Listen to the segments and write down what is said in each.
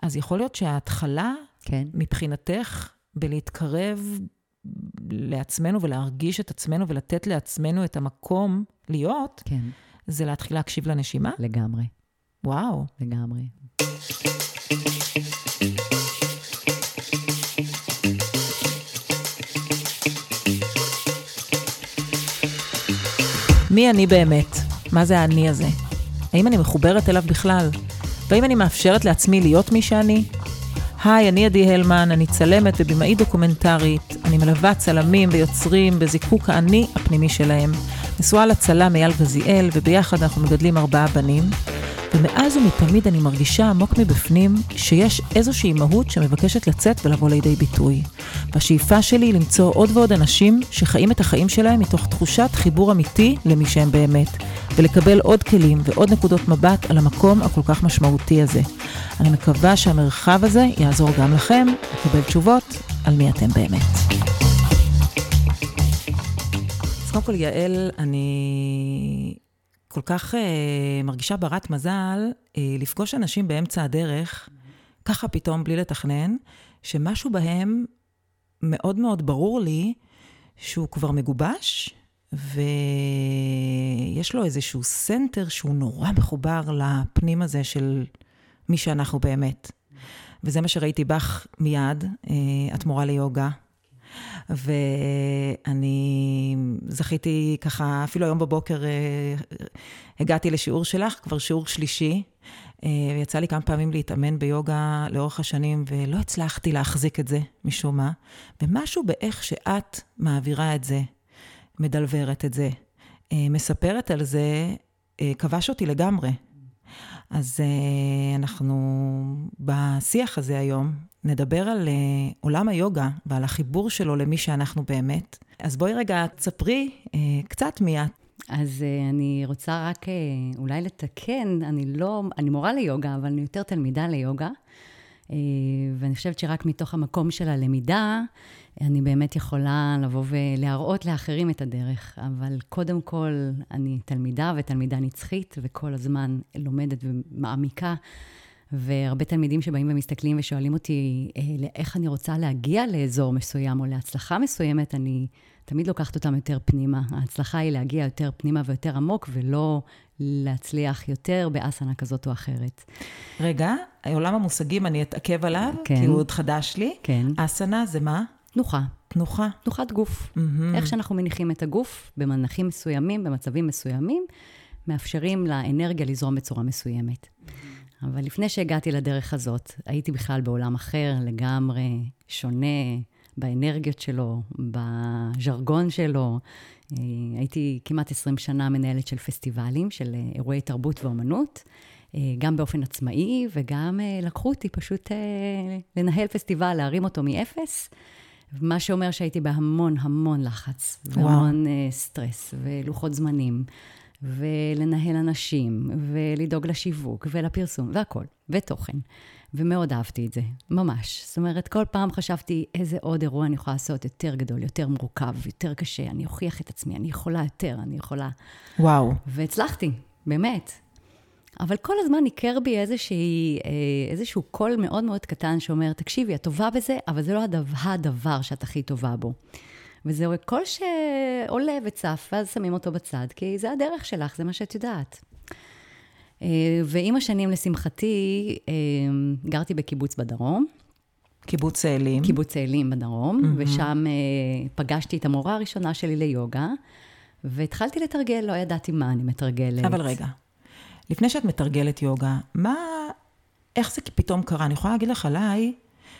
אז יכול להיות שההתחלה, כן. מבחינתך, בלהתקרב לעצמנו ולהרגיש את עצמנו ולתת לעצמנו את המקום להיות, כן. זה להתחיל להקשיב לנשימה? לגמרי. וואו. לגמרי. מי אני באמת? מה זה האני הזה? האם אני מחוברת אליו בכלל? והאם אני מאפשרת לעצמי להיות מי שאני? היי, אני עדי הלמן, אני צלמת ובימאית דוקומנטרית. אני מלווה צלמים ויוצרים בזיקוק האני הפנימי שלהם. נשואה לצלם אייל גזיאל, וביחד אנחנו מגדלים 4 בנים. ומאז ומתמיד אני מרגישה עמוק מבפנים שיש איזושהי מהות שמבקשת לצאת ולבוא לידי ביטוי. והשאיפה שלי היא למצוא עוד ועוד אנשים שחיים את החיים שלהם מתוך תחושת חיבור אמיתי למי שהם באמת, ולקבל עוד כלים ועוד נקודות מבט על המקום הכל כך משמעותי הזה. אני מקווה שהמרחב הזה יעזור גם לכם לקבל תשובות על מי אתם באמת. אז קודם כל, יעל, אני כל כך מרגישה ברת מזל לפגוש אנשים באמצע הדרך, ככה פתאום בלי לתכנן, שמשהו בהם מאוד מאוד ברור לי שהוא כבר מגובש, ויש לו איזשהו סנטר שהוא נורא מחובר לפנים הזה של מי שאנחנו באמת. וזה מה שראיתי בך מיד, את מורה ליוגה. ואני זכיתי ככה, אפילו היום בבוקר הגעתי לשיעור שלך, כבר שיעור שלישי, ויצא לי כמה פעמים להתאמן ביוגה לאורך השנים, ולא הצלחתי להחזיק את זה משום מה, ומשהו באיך שאת מעבירה את זה, מדלברת את זה, מספרת על זה, כבש אותי לגמרי. אז אנחנו בשיח הזה היום נדבר על עולם היוגה ועל החיבור שלו למי שאנחנו באמת. אז בואי רגע תספרי קצת מי את. אז אני רוצה רק אולי לתקן, אני מורה ליוגה, אבל אני יותר תלמידה ליוגה, ואני חושבת שרק מתוך המקום של הלמידה, אני באמת יכולה לבוא ולהראות לאחרים את הדרך, אבל קודם כל אני תלמידה ותלמידה נצחית, וכל הזמן לומדת ומעמיקה, והרבה תלמידים שבאים ומסתכלים ושואלים אותי איך אני רוצה להגיע לאזור מסוים או להצלחה מסוימת, אני תמיד לוקחת אותם יותר פנימה. ההצלחה היא להגיע יותר פנימה ויותר עמוק, ולא להצליח יותר באסנה כזאת או אחרת. רגע, עולם המושגים אני אתעכב עליו, כן. כי הוא עוד חדש לי. כן. אסנה זה מה? תנוחה. תנוחה. תנוחת גוף. איך שאנחנו מניחים את הגוף, במנחים מסוימים, במצבים מסוימים, מאפשרים לאנרגיה לזרום בצורה מסוימת. אבל לפני שהגעתי לדרך הזאת, הייתי בכלל בעולם אחר, לגמרי שונה, באנרגיות שלו, בז'רגון שלו. הייתי כמעט 20 שנה מנהלת של פסטיבלים, של אירועי תרבות ואומנות, גם באופן עצמאי, וגם לקחו אותי פשוט לנהל פסטיבל, להרים אותו מאפס, מה שאומר שהייתי בהמון המון לחץ, והמון סטרס ולוחות זמנים, ולנהל אנשים, ולדאוג לשיווק, ולפרסום, והכל, ותוכן. ומאוד אהבתי את זה, ממש. זאת אומרת, כל פעם חשבתי איזה עוד אירוע אני יכולה לעשות יותר גדול, יותר מורכב, יותר קשה, אני אוכיח את עצמי, אני יכולה יותר, אני יכולה. וואו. והצלחתי, באמת. אבל כל הזמן ניכר בי איזשהו קול מאוד מאוד קטן שאומר, תקשיבי, את טובה בזה, אבל זה לא הדבר שאת הכי טובה בו. וזה קול שעולה וצף, ואז שמים אותו בצד, כי זה הדרך שלך, זה מה שאת יודעת. ועם השנים, לשמחתי, גרתי בקיבוץ בדרום. קיבוץ צאלים. קיבוץ צאלים בדרום, ושם פגשתי את המורה הראשונה שלי ליוגה, והתחלתי לתרגל, לא ידעתי מה אני מתרגלת. אבל רגע, לפני שאת מתרגלת יוגה, איך זה פתאום קרה? אני יכולה להגיד לך עליי,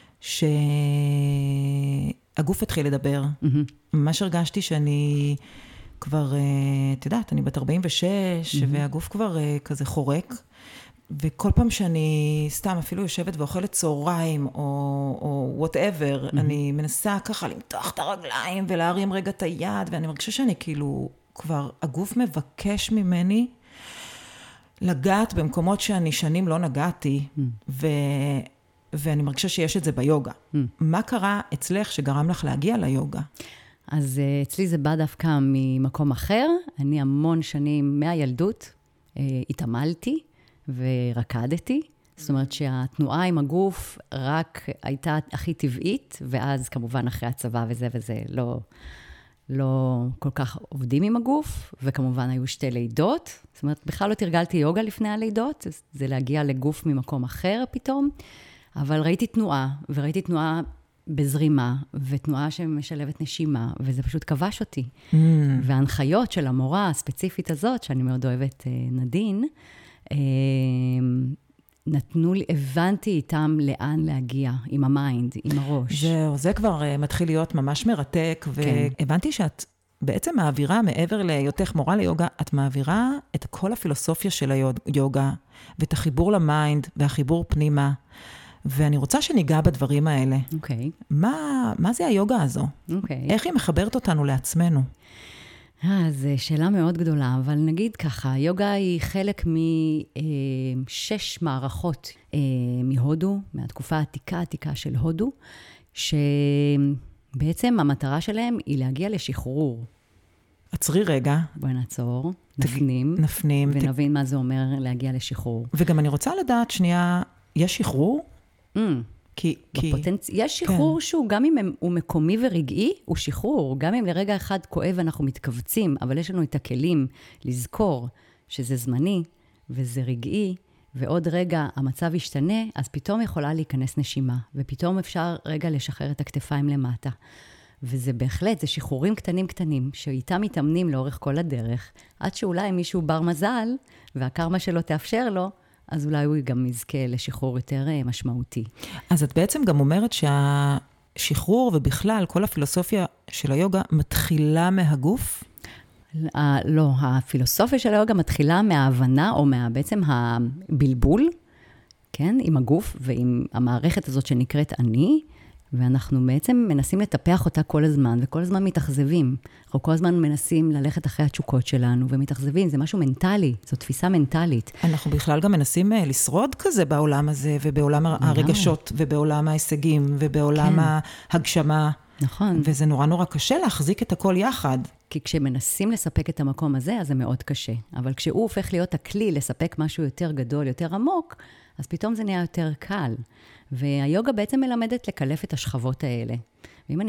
שהגוף התחיל לדבר. ממש הרגשתי שאני כבר, את יודעת, אני בת 46, והגוף כבר כזה חורק, וכל פעם שאני סתם אפילו יושבת ואוכלת צהריים, או whatever, אני מנסה ככה למתוח את הרגליים, ולהרים רגע את היד, ואני מרגישה שאני כאילו, כבר הגוף מבקש ממני, לגעת במקומות שאני שנים לא נגעתי, ואני מרגישה שיש את זה ביוגה. מה קרה אצלך שגרם לך להגיע ליוגה? אז אצלי זה בא דווקא ממקום אחר. אני המון שנים מהילדות התעמלתי ורקדתי. זאת אומרת שהתנועה עם הגוף רק הייתה הכי טבעית, ואז כמובן אחרי הצבא וזה לא כל כך עובדים עם הגוף, וכמובן היו 2 לידות. זאת אומרת, בכלל לא תרגלתי יוגה לפני הלידות, זה להגיע לגוף ממקום אחר פתאום, אבל ראיתי תנועה בזרימה, ותנועה שמשלבת נשימה, וזה פשוט כבש אותי. וההנחיות של המורה הספציפית הזאת, שאני מאוד אוהבת נדין, נתנו לי, הבנתי איתם לאן להגיע, עם המיינד, עם הראש. זה כבר מתחיל להיות ממש מרתק, והבנתי שאת בעצם מעבירה, מעבר להיותך מורה ליוגה, את מעבירה את כל הפילוסופיה של היוגה, ואת החיבור למיינד, והחיבור פנימה, ואני רוצה שניגע בדברים האלה. אוקיי. מה זה היוגה הזו? אוקיי. איך היא מחברת אותנו לעצמנו? זו שאלה מאוד גדולה, אבל נגיד ככה, היוגה היא חלק מ6 מערכות מהודו, מהתקופה העתיקה של הודו, שבעצם המטרה שלהם היא להגיע לשחרור. עצרי רגע. בואי נעצור, נפנים, ונבין מה זה אומר להגיע לשחרור. וגם אני רוצה לדעת שנייה, יש שחרור? יש שחרור שהוא, גם אם הוא מקומי ורגעי, הוא שחרור. גם אם לרגע אחד כואב אנחנו מתכווצים, אבל יש לנו את הכלים לזכור שזה זמני וזה רגעי, ועוד רגע המצב ישתנה, אז פתאום יכולה להיכנס נשימה, ופתאום אפשר רגע לשחרר את הכתפיים למטה. וזה בהחלט, זה שחרורים קטנים, שאיתם מתאמנים לאורך כל הדרך, עד שאולי מישהו בר מזל, והקרמה שלו תאפשר לו, אז אולי הוא גם יזכה לשחרור יותר משמעותי. אז את בעצם גם אומרת שהשחרור ובכלל, כל הפילוסופיה של היוגה מתחילה מהגוף? לא, הפילוסופיה של היוגה מתחילה מההבנה, או בעצם הבלבול, כן, עם הגוף ועם המערכת הזאת שנקראת אני, ואנחנו בעצם מנסים לטפח אותה כל הזמן, וכל הזמן מתאכזבים. אנחנו כל הזמן מנסים ללכת אחרי התשוקות שלנו, ומתאכזבים, זה משהו מנטלי, זו תפיסה מנטלית. אנחנו בכלל גם מנסים לשרוד כזה בעולם הזה, ובעולם הרגשות, ובעולם ההישגים, ובעולם ההגשמה. נכון. וזה נורא קשה להחזיק את הכל יחד. כי כשמנסים לספק את המקום הזה, אז זה מאוד קשה. אבל כשהוא הופך להיות הכלי לספק משהו יותר גדול, יותר עמוק, אז פתאום זה נהיה יותר קל. והיוגה בעצם מלמדת לקלף את השכבות האלה. ואם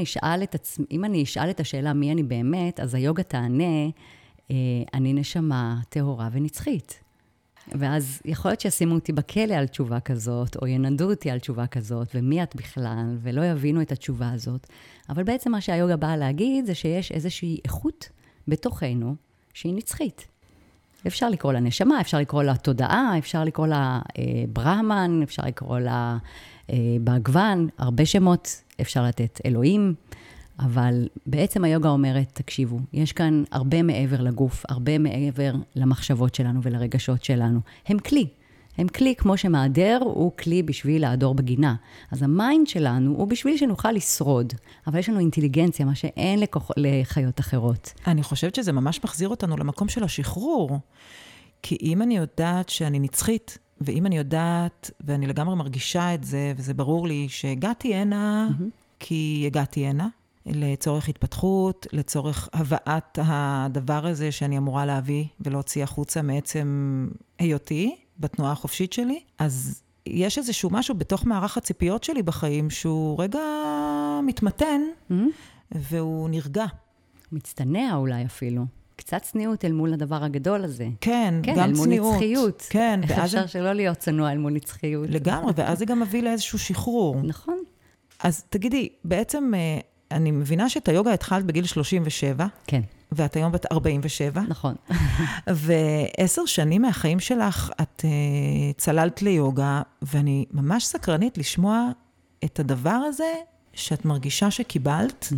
אני אשאל את השאלה מי אני באמת, אז היוגה תענה, אני נשמה טהורה ונצחית. ואז יכול להיות שישימו אותי בכלא על תשובה כזאת, או ינדו אותי על תשובה כזאת, ומי את בכלל, ולא יבינו את התשובה הזאת. אבל בעצם מה שהיוגה באה להגיד, זה שיש איזושהי איכות בתוכנו, שהיא נצחית. אפשר לקרוא לה נשמה, אפשר לקרוא לה תודעה, אפשר לקרוא לה ברהמן, אפשר לקרוא לה בהגוון, הרבה שמות, אפשר לתת אלוהים, אבל בעצם היוגה אומרת, תקשיבו, יש כאן הרבה מעבר לגוף, הרבה מעבר למחשבות שלנו ולרגשות שלנו. הם כלי כמו שמעדר הוא כלי בשביל לעדור בגינה. אז המיינד שלנו הוא בשביל שנוכל לשרוד, אבל יש לנו אינטליגנציה, מה שאין לחיות אחרות. אני חושבת שזה ממש מחזיר אותנו למקום של השחרור, כי אם אני יודעת שאני נצחית, ואם אני יודעת, ואני לגמרי מרגישה את זה, וזה ברור לי שהגעתי הנה, כי הגעתי הנה, לצורך התפתחות, לצורך הבאת הדבר הזה שאני אמורה להביא ולהוציא החוצה מעצם היותי, בתנועה החופשית שלי, אז יש איזשהו משהו בתוך מערך הציפיות שלי בחיים, שהוא רגע מתמתן, והוא נרגע. מצטנע אולי אפילו. קצת צניעות אל מול הדבר הגדול הזה. כן, גם אל מול צניעות. נצחיות. כן. איך אפשר שלא להיות צנוע אל מול נצחיות? לגמרי, ואז זה גם מביא לאיזשהו שחרור. נכון. אז תגידי, בעצם אני מבינה שאת היוגה התחלת בגיל 37. כן. ואת היום בת 47. נכון. ו10 שנים מהחיים שלך, את צללת ליוגה, ואני ממש סקרנית לשמוע את הדבר הזה, שאת מרגישה שקיבלת,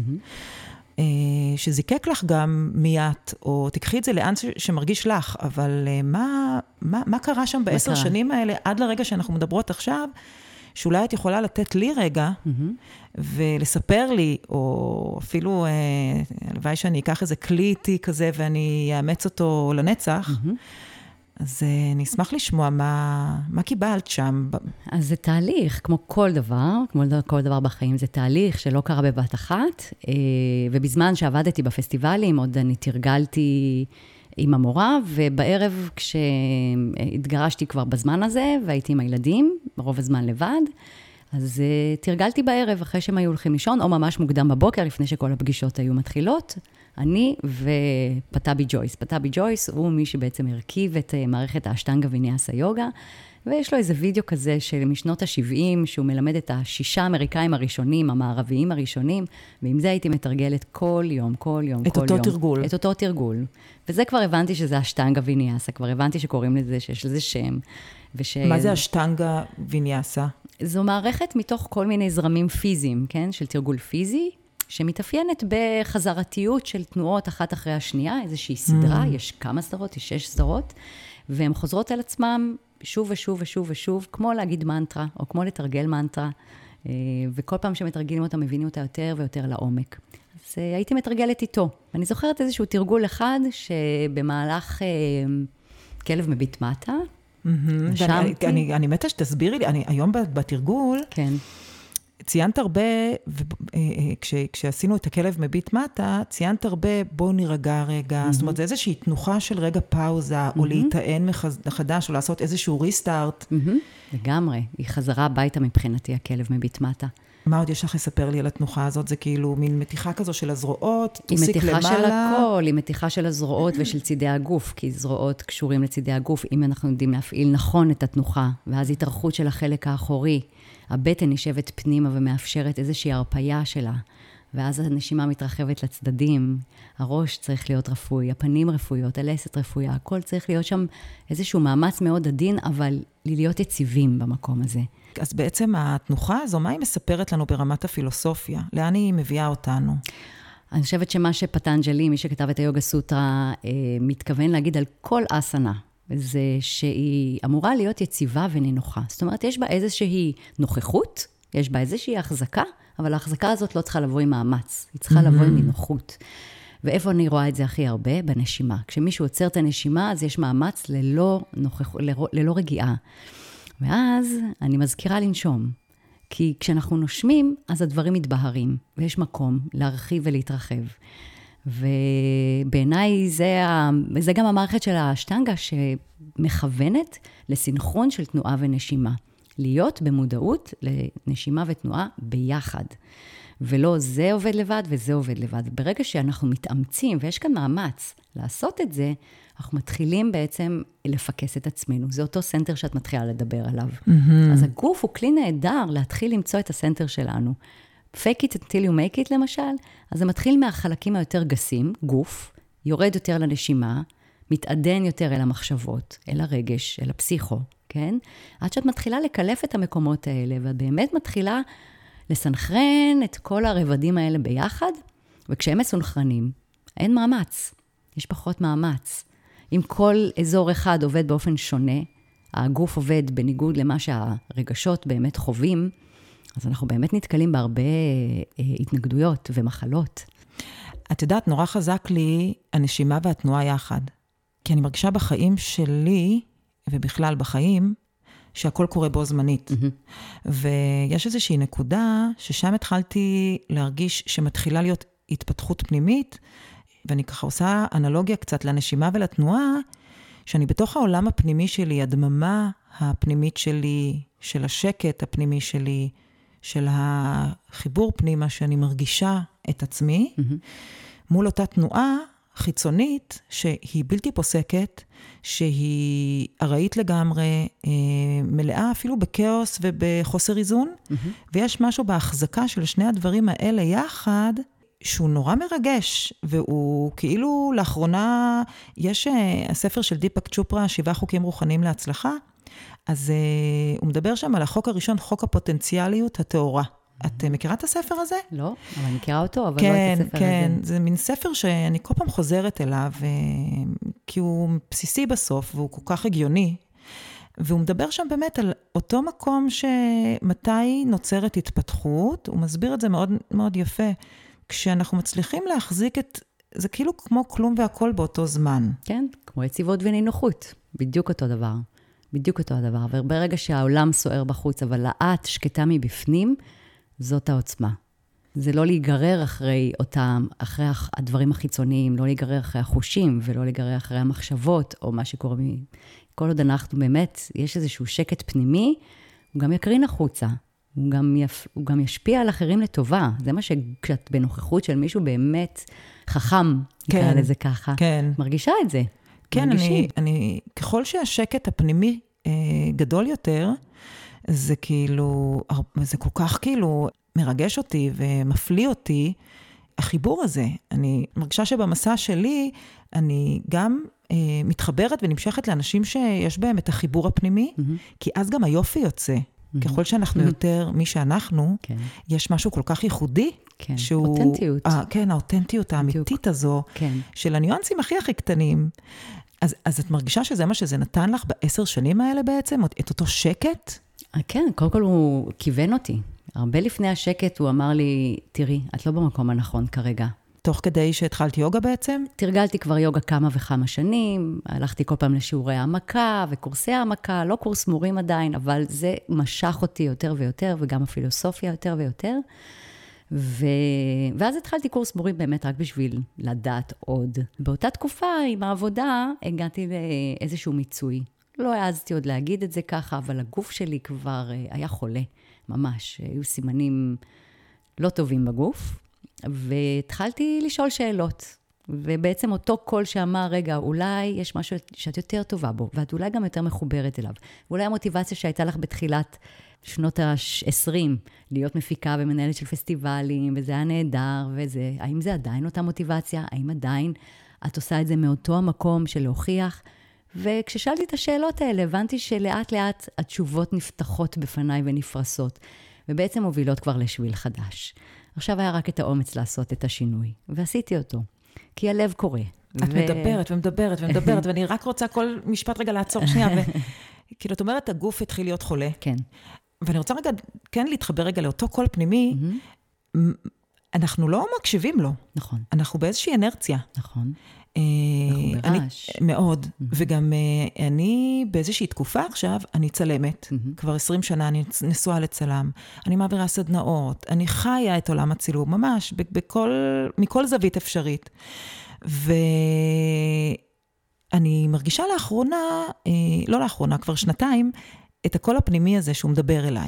שזיקק לך גם מיד, או תקחי את זה לאן שמרגיש לך, אבל מה קרה שם ב10 שנים האלה, עד לרגע שאנחנו מדברות עכשיו, שאולי את יכולה לתת לי רגע, ולספר לי, או אפילו, הלוואי שאני אקח איזה כלי איתי כזה, ואני אאמץ אותו לנצח, אז אני אשמח לשמוע מה קיבלת שם. אז זה תהליך, כמו כל דבר בחיים, זה תהליך שלא קרה בבת אחת, ובזמן שעבדתי בפסטיבלים, עוד אני תרגלתי עם המורה, ובערב כשהתגרשתי כבר בזמן הזה, והייתי עם הילדים, רוב הזמן לבד. אז תרגלתי בערב אחרי שהם היו הולכים לישון, או ממש מוקדם בבוקר, לפני שכל הפגישות היו מתחילות. אני ופטאבי ג'ויס. פטאבי ג'ויס הוא מי שבעצם הרכיב את מערכת האשטנגה ויניאסה יוגה, ויש לו איזה וידאו כזה של משנות ה-70, שהוא מלמד את 6 האמריקאים הראשונים, המערביים הראשונים, ועם זה הייתי מתרגלת כל יום. את אותו תרגול. את אותו תרגול. וזה כבר הבנתי שזה אשטנגה ויניאסה, כבר הבנתי שקוראים לזה, שיש לזה שם. מה זה אשטנגה ויניאסה? זו מערכת מתוך כל מיני זרמים פיזיים, כן? של תרגול פיזי, שמתאפיינת בחזרתיות של תנועות אחת אחרי השנייה, איזושהי סדרה, יש כמה סדרות, יש 6 סדרות, והן חוזרות על עצמם שוב ושוב ושוב ושוב, כמו להגיד מנטרה, או כמו לתרגל מנטרה, וכל פעם שמתרגלים אותה, מבינים אותה יותר ויותר לעומק. אז הייתי מתרגלת איתו. ואני זוכרת איזשהו תרגול אחד, שבמהלך כלב מביט מטה, אני מתה שתסבירי לי, היום בתרגול, כן. ציינת הרבה, כשעשינו את הכלב מביט מטה, ציינת הרבה, בוא נירגע רגע, זאת אומרת, זה איזושהי תנוחה של רגע פאוזה, או להיטען מחדש, או לעשות איזשהו ריסטארט. לגמרי, היא חזרה הביתה מבחינתי, הכלב מביט מטה. מה עוד יש לך לספר לי על התנוחה הזאת? זה כאילו מין מתיחה כזו של הזרועות, תוסיק למעלה. היא מתיחה של הכל, היא מתיחה של הזרועות ושל צידי הגוף, כי זרועות קשורים לצידי הגוף, אם אנחנו יודעים להפעיל נכון את התנוחה, ואז התארכות של החלק האחורי, הבטן נשבת פנימה ומאפשרת איזושהי הרפאיה שלה, ואז הנשימה מתרחבת לצדדים, הראש צריך להיות רפוי, הפנים רפויות, הלסת רפויה, הכל צריך להיות שם איזשהו מאמץ מאוד עדין, אבל להיות יציבים במקום הזה. אז בעצם התנוחה הזו, מה היא מספרת לנו ברמת הפילוסופיה? לאן היא מביאה אותנו? אני חושבת שמה שפטנג'לי, מי שכתב את היוגה סוטרה, מתכוון להגיד על כל אסנה, זה שהיא אמורה להיות יציבה ונינוחה. זאת אומרת, יש בה איזושהי נוכחות, יש בה איזושהי החזקה, אבל ההחזקה הזאת לא צריכה לבוא עם מאמץ, היא צריכה לבוא עם נינוחות. ואיפה אני רואה את זה הכי הרבה? בנשימה. כשמישהו עוצר את הנשימה, אז יש מאמץ ללא רגיעה. ואז אני מזכירה לנשום. כי כשאנחנו נושמים, אז הדברים מתבהרים, ויש מקום להרחיב ולהתרחב. ובעיניי זה גם המערכת של האשטנגה שמכוונת לסינכרון של תנועה ונשימה. להיות במודעות לנשימה ותנועה ביחד. ולא זה עובד לבד וזה עובד לבד. ברגע שאנחנו מתאמצים, ויש כאן מאמץ לעשות את זה, אנחנו מתחילים בעצם לפקס את עצמנו. זה אותו סנטר שאת מתחילה לדבר עליו. אז הגוף הוא כלי נהדר להתחיל למצוא את הסנטר שלנו. fake it until you make it למשל, אז זה מתחיל מהחלקים היותר גסים, גוף, יורד יותר לנשימה, מתעדן יותר אל המחשבות, אל הרגש, אל הפסיכו, כן? עד שאת מתחילה לקלף את המקומות האלה, ואת באמת מתחילה לסנכרן את כל הרבדים האלה ביחד, וכשהם מסונכרנים, אין מאמץ, יש פחות מאמץ. אם כל אזור אחד עובד באופן שונה, הגוף עובד בניגוד למה שהרגשות באמת חווים, אז אנחנו באמת נתקלים בהרבה התנגדויות ומחלות. את יודעת, נורא חזק לי הנשימה והתנועה יחד. כי אני מרגישה בחיים שלי, ובכלל בחיים, שהכל קורה בו זמנית. ויש איזושהי נקודה ששם התחלתי להרגיש שמתחילה להיות התפתחות פנימית, ואני ככה עושה אנלוגיה קצת לנשימה ולתנועה, שאני בתוך העולם הפנימי שלי, הדממה הפנימית שלי, של השקט הפנימי שלי, של החיבור פנימה שאני מרגישה את עצמי, מול אותה תנועה חיצונית שהיא בלתי פוסקת, שהיא ארעית לגמרי, מלאה אפילו בכאוס ובחוסר איזון, ויש משהו בהחזקה של שני הדברים האלה יחד, שהוא נורא מרגש, והוא כאילו לאחרונה, יש הספר של דיפק צ'ופרה, 7 חוקים רוחניים להצלחה, אז הוא מדבר שם על החוק הראשון, חוק הפוטנציאליות התאורה. את מכירה את הספר הזה? לא, אבל אני מכירה אותו, אבל כן, לא את הספר כן, הזה. זה מין ספר שאני כל פעם חוזרת אליו, כי הוא בסיסי בסוף, והוא כל כך הגיוני, והוא מדבר שם באמת על אותו מקום שמתי נוצרת התפתחות, הוא מסביר את זה מאוד מאוד יפה, כשאנחנו מצליחים להחזיק את, זה כאילו כמו כלום והכל באותו זמן. כן, כמו יציבות ונינוחות, בדיוק אותו דבר. בדיוק אותו הדבר, וברגע שהעולם סוער בחוץ, אבל לאט שקטה מבפנים, זאת העוצמה. זה לא להיגרר אחרי אותם, אחרי הדברים החיצוניים, לא להיגרר אחרי החושים, ולא להיגרר אחרי המחשבות, או מה שקורה כל עוד אנחנו באמת, יש איזשהו שקט פנימי, הוא גם יקרין החוצה, הוא גם ישפיע על אחרים לטובה. זה מה שכשאת בנוכחות של מישהו באמת חכם, נקרא לזה ככה, מרגישה את זה. כן, אני, ככל שהשקט הפנימי גדול יותר, זה כאילו, זה כל כך כאילו מרגש אותי ומפליא אותי, החיבור הזה. אני מרגישה שבמסע שלי, אני גם מתחברת ונמשכת לאנשים שיש בהם את החיבור הפנימי, כי אז גם היופי יוצא. ככל שאנחנו יותר מי שאנחנו, יש משהו כל כך ייחודי, שהוא... אותנטיות. כן, האותנטיות האמיתית הזו, של הניואנסים הכי קטנים. אז את מרגישה שזה מה שזה נתן לך ב10 שנים האלה בעצם? את אותו שקט? כן, קודם כל הוא כיוון אותי. הרבה לפני השקט הוא אמר לי, תראי, את לא במקום הנכון כרגע. תוך כדי שהתחלת יוגה בעצם? תרגלתי כבר יוגה כמה וכמה שנים, הלכתי כל פעם לשיעורי העמקה וקורסי העמקה, לא קורס מורים עדיין, אבל זה משך אותי יותר ויותר, וגם הפילוסופיה יותר ויותר. ואז התחלתי קורס מורים באמת רק בשביל לדעת עוד. באותה תקופה עם העבודה הגעתי לאיזשהו מיצוי. לא העזתי עוד להגיד את זה ככה, אבל הגוף שלי כבר היה חולה, ממש. היו סימנים לא טובים בגוף. והתחלתי לשאול שאלות, ובעצם אותו קול שאמר, רגע, אולי יש משהו שאת יותר טובה בו, ואת אולי גם יותר מחוברת אליו. ואולי המוטיבציה שהייתה לך בתחילת שנות ה-20, להיות מפיקה ומנהלת של פסטיבלים, וזה היה נהדר, וזה, האם זה עדיין אותה מוטיבציה? האם עדיין את עושה את זה מאותו המקום של להוכיח? וכששאלתי את השאלות האלה, הבנתי שלאט לאט התשובות נפתחות בפניי ונפרסות, ובעצם מובילות כבר לשביל חדש. עכשיו היה רק את האומץ לעשות את השינוי, ועשיתי אותו, כי הלב קורא. את מדברת ומדברת ומדברת, ואני רק רוצה כל משפט רגע לעצור שנייה, וכאילו, את אומרת, הגוף התחיל להיות חולה. כן. ואני רוצה רגע, כן להתחבר רגע לאותו קול פנימי, אנחנו לא מקשיבים לו. נכון. אנחנו באיזושהי אנרציה. נכון. אנחנו ברעש. מאוד. וגם אני באיזושהי תקופה עכשיו, אני צלמת. כבר 20 שנה אני נשואה לצלם. אני מעבירה סדנאות. אני חיה את עולם הצילום, ממש, מכל זווית אפשרית. ואני מרגישה לאחרונה, לא לאחרונה, כבר שנתיים, את הקול הפנימי הזה שהוא מדבר אליי.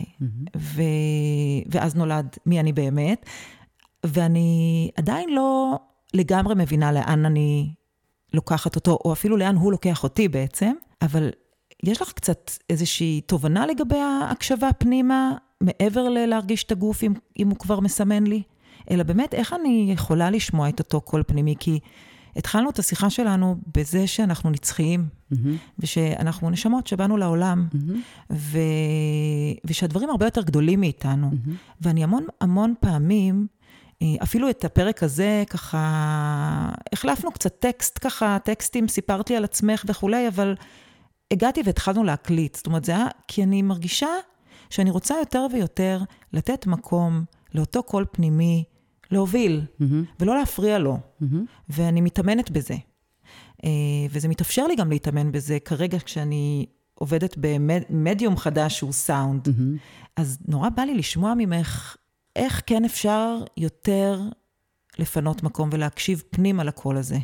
ואז נולד מי אני באמת. ואני עדיין לא לגמרי מבינה לאן אני לוקחת אותו, או אפילו לאן הוא לוקח אותי בעצם, אבל יש לך קצת איזושהי תובנה לגבי ההקשבה פנימה, מעבר להרגיש את הגוף אם הוא כבר מסמן לי, אלא באמת איך אני יכולה לשמוע את אותו קול פנימי, כי התחלנו את השיחה שלנו בזה שאנחנו נצחיים, ושאנחנו נשמות שבאנו לעולם, ושהדברים הרבה יותר גדולים מאיתנו, ואני המון פעמים, אפילו את הפרק הזה ככה, החלפנו קצת טקסט ככה, טקסטים, סיפרת לי על עצמך וכולי, אבל הגעתי והתחלנו להקליט. זאת אומרת, זה היה כי אני מרגישה שאני רוצה יותר ויותר לתת מקום לאותו קול פנימי, להוביל, ולא להפריע לו. ואני מתאמנת בזה. וזה מתאפשר לי גם להתאמן בזה כרגע כשאני עובדת במדיום חדש שהוא סאונד. אז נורא בא לי לשמוע ממך איך כן אפשר יותר לפנות מקום ולהקשיב פנים על הקול הזה?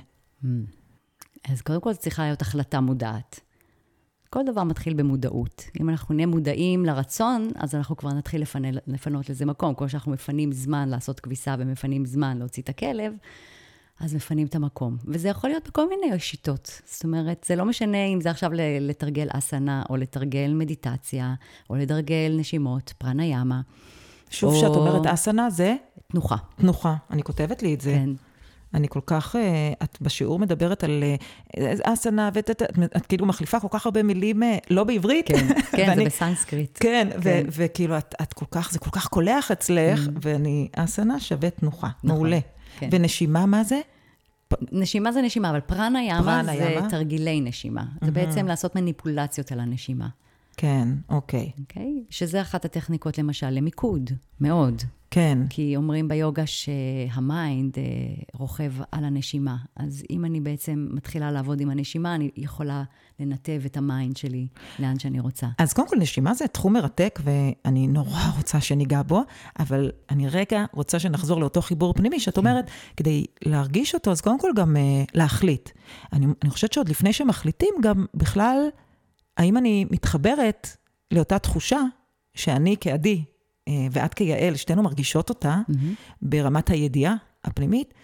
אז קודם כל צריכה להיות החלטה מודעת. כל דבר מתחיל במודעות. אם אנחנו נהיה מודעים לרצון, אז אנחנו כבר נתחיל לפנות לזה מקום. כמו שאנחנו מפנים זמן לעשות כביסה ומפנים זמן להוציא את הכלב, אז מפנים את המקום. וזה יכול להיות בכל מיני שיטות. זאת אומרת, זה לא משנה אם זה עכשיו לתרגל אסנה, או לתרגל מדיטציה, או לתרגל נשימות, פרניאמה. שוב, שאת אומרת אסנה זה? תנוחה. תנוחה. אני כותבת לי את זה. כן. אני כל כך, את בשיעור מדברת על אסנה, ואת כאילו מחליפה כל כך הרבה מילים, לא בעברית. כן, כן, זה בסנסקריט. כן, וכאילו את כל כך, זה כל כך קולח אצלך, ואני, אסנה שווה תנוחה, מעולה. ונשימה, מה זה? נשימה זה נשימה, אבל פרניאמה זה תרגילי נשימה. זה בעצם לעשות מניפולציות על הנשימה. כן, אוקיי. אוקיי? שזה אחת הטכניקות, למשל, למיקוד, מאוד. כן. כי אומרים ביוגה שהמיינד רוכב על הנשימה. אז אם אני בעצם מתחילה לעבוד עם הנשימה, אני יכולה לנתב את המיינד שלי לאן שאני רוצה. אז קודם כל, נשימה זה תחום מרתק, ואני נורא רוצה שניגע בו, אבל אני רגע רוצה שנחזור לאותו חיבור פנימי, שאת אומרת, כדי להרגיש אותו, אז קודם כל גם להחליט. אני חושבת שעוד לפני שמחליטים, גם בכלל, האם אני מתחברת לאותה תחושה שאני כעדי, ואת כיעל, שתינו מרגישות אותה, ברמת הידיעה הפנימית,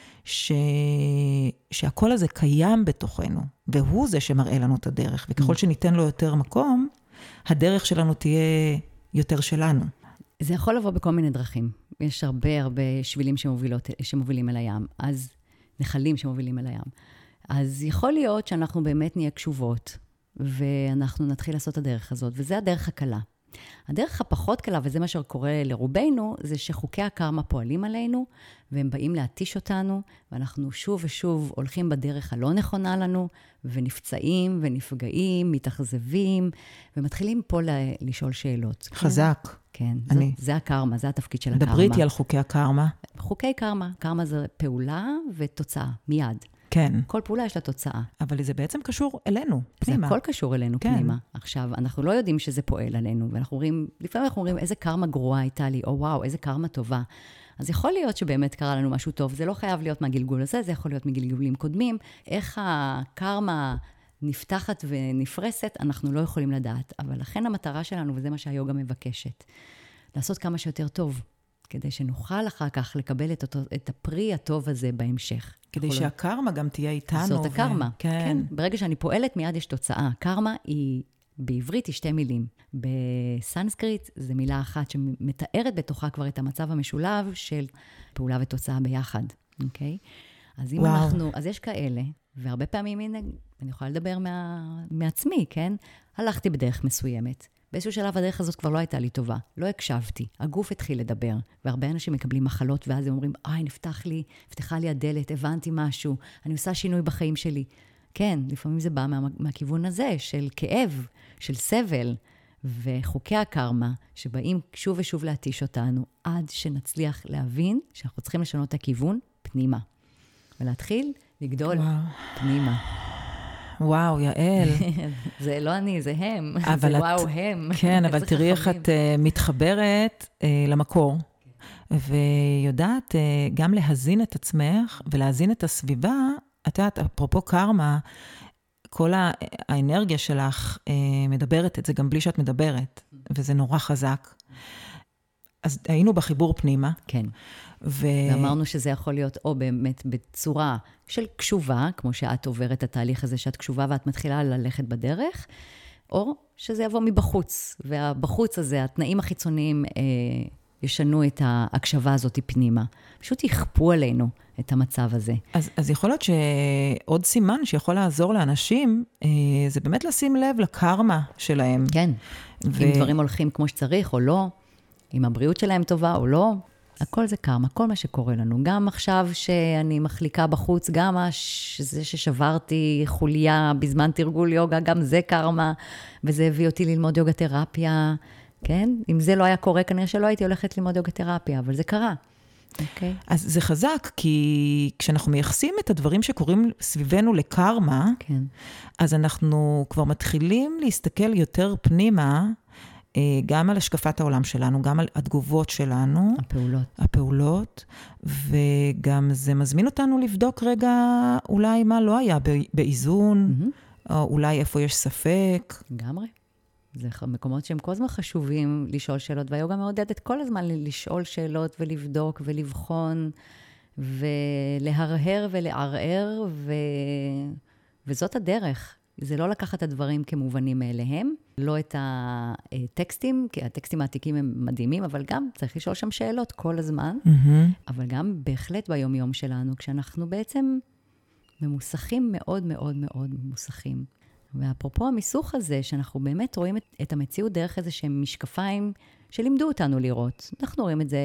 שהכל הזה קיים בתוכנו, והוא זה שמראה לנו את הדרך, וככל שניתן לו יותר מקום, הדרך שלנו תהיה יותר שלנו. זה יכול לבוא בכל מיני דרכים. יש הרבה שבילים שמובילים אל הים, אז נחלים שמובילים אל הים. אז יכול להיות שאנחנו באמת נהיה קשובות, ואנחנו נתחיל לעשות את הדרך הזאת, וזה הדרך הקלה. הדרך הפחות קלה, וזה מה שקורה לרובנו, זה שחוקי הקרמה פועלים עלינו, והם באים להתיש אותנו, ואנחנו שוב ושוב הולכים בדרך הלא נכונה לנו, ונפצעים ונפגעים, מתאכזבים, ומתחילים פה לשאול שאלות. חזק. כן, זה הקרמה, זה התפקיד של הקרמה. דברי איתי על חוקי הקרמה. חוקי קרמה, קרמה זה פעולה ותוצאה, מיד. כן. כל פעולה יש לה תוצאה. אבל זה בעצם קשור אלינו, פנימה. זה הכל קשור אלינו, כן. פנימה. עכשיו, אנחנו לא יודעים שזה פועל עלינו, ואנחנו רואים, לפעמים אנחנו רואים איזה קרמה גרועה הייתה לי, או וואו, איזה קרמה טובה. אז יכול להיות שבאמת קרה לנו משהו טוב, זה לא חייב להיות מהגלגול הזה, זה יכול להיות מגלגולים קודמים. איך הקרמה נפתחת ונפרסת, אנחנו לא יכולים לדעת. אבל לכן המטרה שלנו, וזה מה שהיוגה מבקשת, לעשות כמה שיותר טוב. כדי שנוכל אחר כך לקבל את הפרי הטוב הזה בהמשך. כדי שהקרמה גם תהיה איתנו. זאת הקרמה. כן. ברגע שאני פועלת, מיד יש תוצאה. קרמה היא, בעברית היא 2 מילים. בסנסקריט זה מילה אחת שמתארת בתוכה כבר את המצב המשולב של פעולה ותוצאה ביחד. אוקיי? אז אם אז יש כאלה, והרבה פעמים, הנה, אני יכולה לדבר מעצמי, כן? הלכתי בדרך מסוימת. באיזשהו שלב הדרך הזאת כבר לא הייתה לי טובה. לא הקשבתי. הגוף התחיל לדבר. והרבה אנשים מקבלים מחלות, ואז הם אומרים, נפתחה לי הדלת, הבנתי משהו, אני עושה שינוי בחיים שלי. כן, לפעמים זה בא מהכיוון הזה, של כאב, של סבל, וחוקי הקרמה, שבאים שוב ושוב להתיש אותנו, עד שנצליח להבין שאנחנו צריכים לשנות את הכיוון פנימה. ולהתחיל לגדול פנימה. וואו, יעל. זה לא אני, זה הם. זה וואו, הם. כן, אבל תראי איך את מתחברת למקור. ויודעת גם להזין את עצמך ולהזין את הסביבה. את יודעת, אפרופו קרמה, כל האנרגיה שלך מדברת את זה גם בלי שאת מדברת. וזה נורא חזק. אז היינו בחיבור פנימה. כן. ואמרנו שזה יכול להיות או באמת בצורה של קשובה, כמו שאת עוברת את התהליך הזה שאת קשובה ואת מתחילה ללכת בדרך, או שזה יבוא מבחוץ, והבחוץ הזה, התנאים החיצוניים ישנו את ההקשבה הזאת פנימה. פשוט יכפו עלינו את המצב הזה. אז יכול להיות שעוד סימן שיכול לעזור לאנשים, זה באמת לשים לב לקרמה שלהם. כן, אם דברים הולכים כמו שצריך או לא, אם הבריאות שלהם טובה או לא, הכל זה קרמה, כל מה שקורה לנו. גם עכשיו שאני מחליקה בחוץ, גם זה ששברתי חוליה בזמן תרגול יוגה, גם זה קרמה, וזה הביא אותי ללמוד יוגה תרפיה, כן? אם זה לא היה קורה, כנראה שלא הייתי הולכת ללמוד יוגה תרפיה, אבל זה קרה. אוקיי? אז זה חזק, כי כשאנחנו מייחסים את הדברים שקורים סביבנו לקרמה, כן. אז אנחנו כבר מתחילים להסתכל יותר פנימה, גם על השקפת העולם שלנו, גם על התגובות שלנו. הפעולות. וגם זה מזמין אותנו לבדוק רגע אולי מה לא היה באיזון, או אולי איפה יש ספק. לגמרי. זה מקומות שהם כל הזמן חשובים לשאול שאלות, והיוגה מעודדת כל הזמן לשאול שאלות ולבדוק ולבחון, ולהרהר ולערער, וזאת הדרך. זה לא לקחת את הדברים כמובנים מאליהם, לא את הטקסטים, כי הטקסטים העתיקים הם מדהימים, אבל גם צריך לשאול שם שאלות כל הזמן, אבל גם בהחלט ביום-יום שלנו, כשאנחנו בעצם ממוסכים מאוד מאוד מאוד ממוסכים. ואפרופו המיסוך הזה, שאנחנו באמת רואים את המציאות דרך איזה שהם משקפיים שלימדו אותנו לראות. אנחנו רואים את זה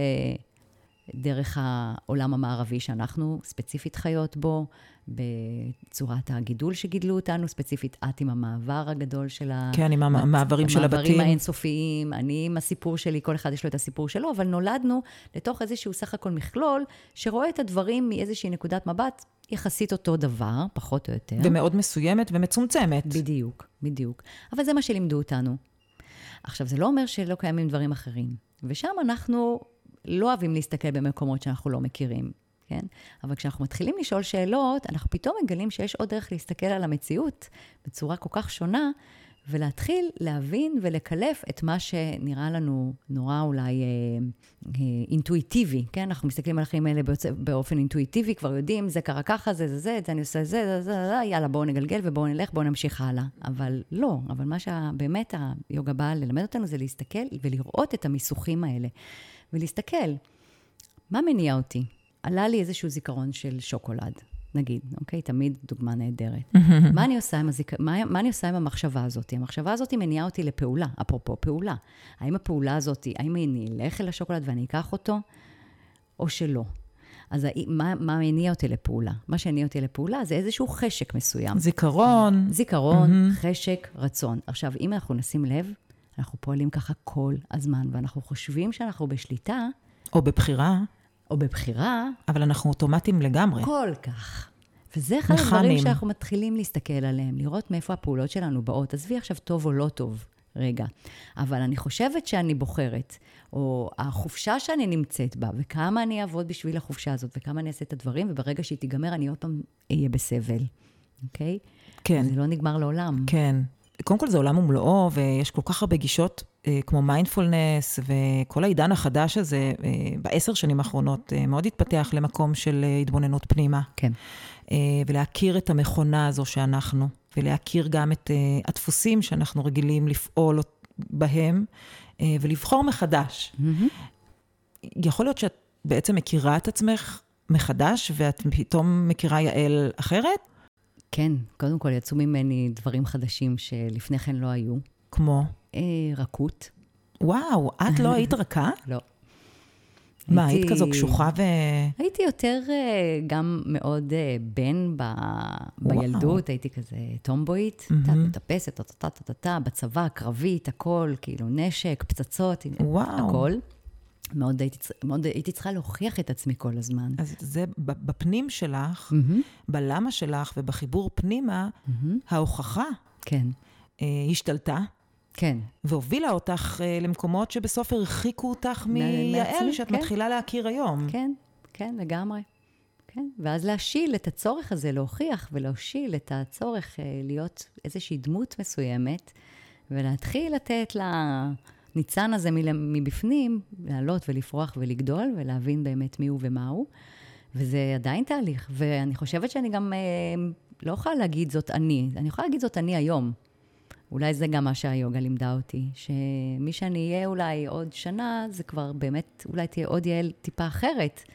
דרך העולם המערבי שאנחנו ספציפית חיות בו, בצורת הגידול שגידלו אותנו, ספציפית את עם המעבר הגדול של כן, עם המעברים של הבתים. המעברים האינסופיים, אני עם הסיפור שלי, כל אחד יש לו את הסיפור שלו, אבל נולדנו לתוך איזשהו סך הכל מכלול, שרואה את הדברים מאיזושהי נקודת מבט, יחסית אותו דבר, פחות או יותר. ומאוד מסוימת ומצומצמת. בדיוק, בדיוק. אבל זה מה שלימדו אותנו. עכשיו, זה לא אומר שלא קיימים דברים אחרים. ושם אנחנו לא אוהבים להסתכל במקומות שאנחנו לא מכירים, כן? אבל כשאנחנו מתחילים לשאול שאלות, אנחנו פתאום מגלים שיש עוד דרך להסתכל על המציאות בצורה כל כך שונה, ולהתחיל להבין ולקלף את מה שנראה לנו נורא אולי אינטואיטיבי, כן? אנחנו מסתכלים על החיים האלה באופן אינטואיטיבי, כבר יודעים, זה קרה ככה, זה, אני עושה זה, יאללה, בואו נגלגל ובואו נלך, בואו נמשיך הלאה. אבל לא, אבל מה שבאמת היוגה באה ללמד אותנו זה להסתכל ולראות את המיסוכים האלה. ולהסתכל, מה מניע אותי? עלה לי איזשהו זיכרון של שוקולד. נגיד, אוקיי? תמיד דוגמה נהדרת. מה אני עושה עם המחשבה הזאת? המחשבה הזאת מניעה אותי לפעולה, אפרופו פעולה. האם הפעולה הזאת, האם אני אלך אל השוקולד ואני אקח אותו, או שלא? אז מה מניע אותי לפעולה? מה שהניע אותי לפעולה זה איזשהו חשק מסוים. זיכרון, חשק, רצון. עכשיו, אם אנחנו נשים לב, אנחנו פועלים ככה כל הזמן, ואנחנו חושבים שאנחנו בשליטה. או בבחירה. אבל אנחנו אוטומטיים לגמרי. כל כך. וזה אחד הדברים שאנחנו מתחילים להסתכל עליהם, לראות מאיפה הפעולות שלנו באות. עזבי עכשיו טוב או לא טוב, רגע. אבל אני חושבת שאני בוחרת, או החופשה שאני נמצאת בה, וכמה אני אעבוד בשביל החופשה הזאת, וכמה אני אעשה את הדברים, וברגע שהיא תיגמר, אני עוד פעם אהיה בסבל. אוקיי? כן. זה לא נגמר לעולם. כן. קודם כל זה עולם ומלואו, ויש כל כך הרבה גישות כמו מיינדפולנס, וכל העידן החדש הזה, ב10 שנים האחרונות, מאוד התפתח למקום של התבוננות פנימה. כן. ולהכיר את המכונה הזו שאנחנו, ולהכיר גם את הדפוסים שאנחנו רגילים לפעול בהם, ולבחור מחדש. יכול להיות שאת בעצם מכירה את עצמך מחדש, ואת פתאום מכירה יעל אחרת? כן, קודם כל יצאו ממני דברים חדשים שלפני כן לא היו. כמו? רכות. וואו, את לא היית רכה? לא. מה, היית כזו קשוחה הייתי יותר גם מאוד בן בילדות, הייתי כזה טומבויית, מטפסת, בצבא, קרבית, הכל, כאילו נשק, פצצות, הכל. מאוד הייתי צריכה להוכיח את עצמי כל הזמן. אז זה בפנים שלך, בלמה שלך ובחיבור פנימה, ההוכחה השתלטה. כן. והובילה אותך למקומות שבסוף הרחיקו אותך מיעל שאת מתחילה להכיר היום. כן, כן, לגמרי. כן, ואז להשיל את הצורך הזה, להוכיח ולהשיל את הצורך להיות איזושהי דמות מסוימת, ולהתחיל לתת לניצן הזה מבפנים, לעלות ולפרוח ולגדול, ולהבין באמת מי הוא ומה הוא. וזה עדיין תהליך, ואני חושבת שאני גם לא יכולה להגיד זאת אני יכולה להגיד זאת אני היום. אולי זה גם מה שהיוגה לימדה אותי, שמי שאני אהיה אולי עוד שנה, זה כבר באמת, אולי תהיה עוד יעל טיפה אחרת.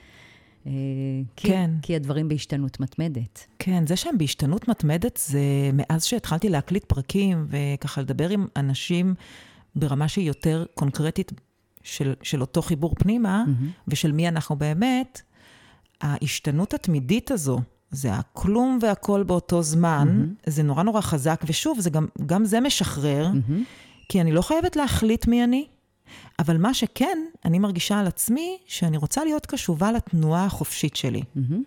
כן. כי הדברים בהשתנות מתמדת. כן, זה שהם בהשתנות מתמדת, זה מאז שהתחלתי להקליט פרקים, וככה לדבר עם אנשים ברמה שהיא יותר קונקרטית של אותו חיבור פנימה, ושל מי אנחנו באמת, ההשתנות התמידית הזו, זה הכלום והכל באותו זמן, זה נורא נורא חזק, ושוב, זה גם זה משחרר, כי אני לא חייבת להחליט מי אני, אבל מה שכן, אני מרגישה על עצמי, שאני רוצה להיות קשובה לתנועה החופשית שלי,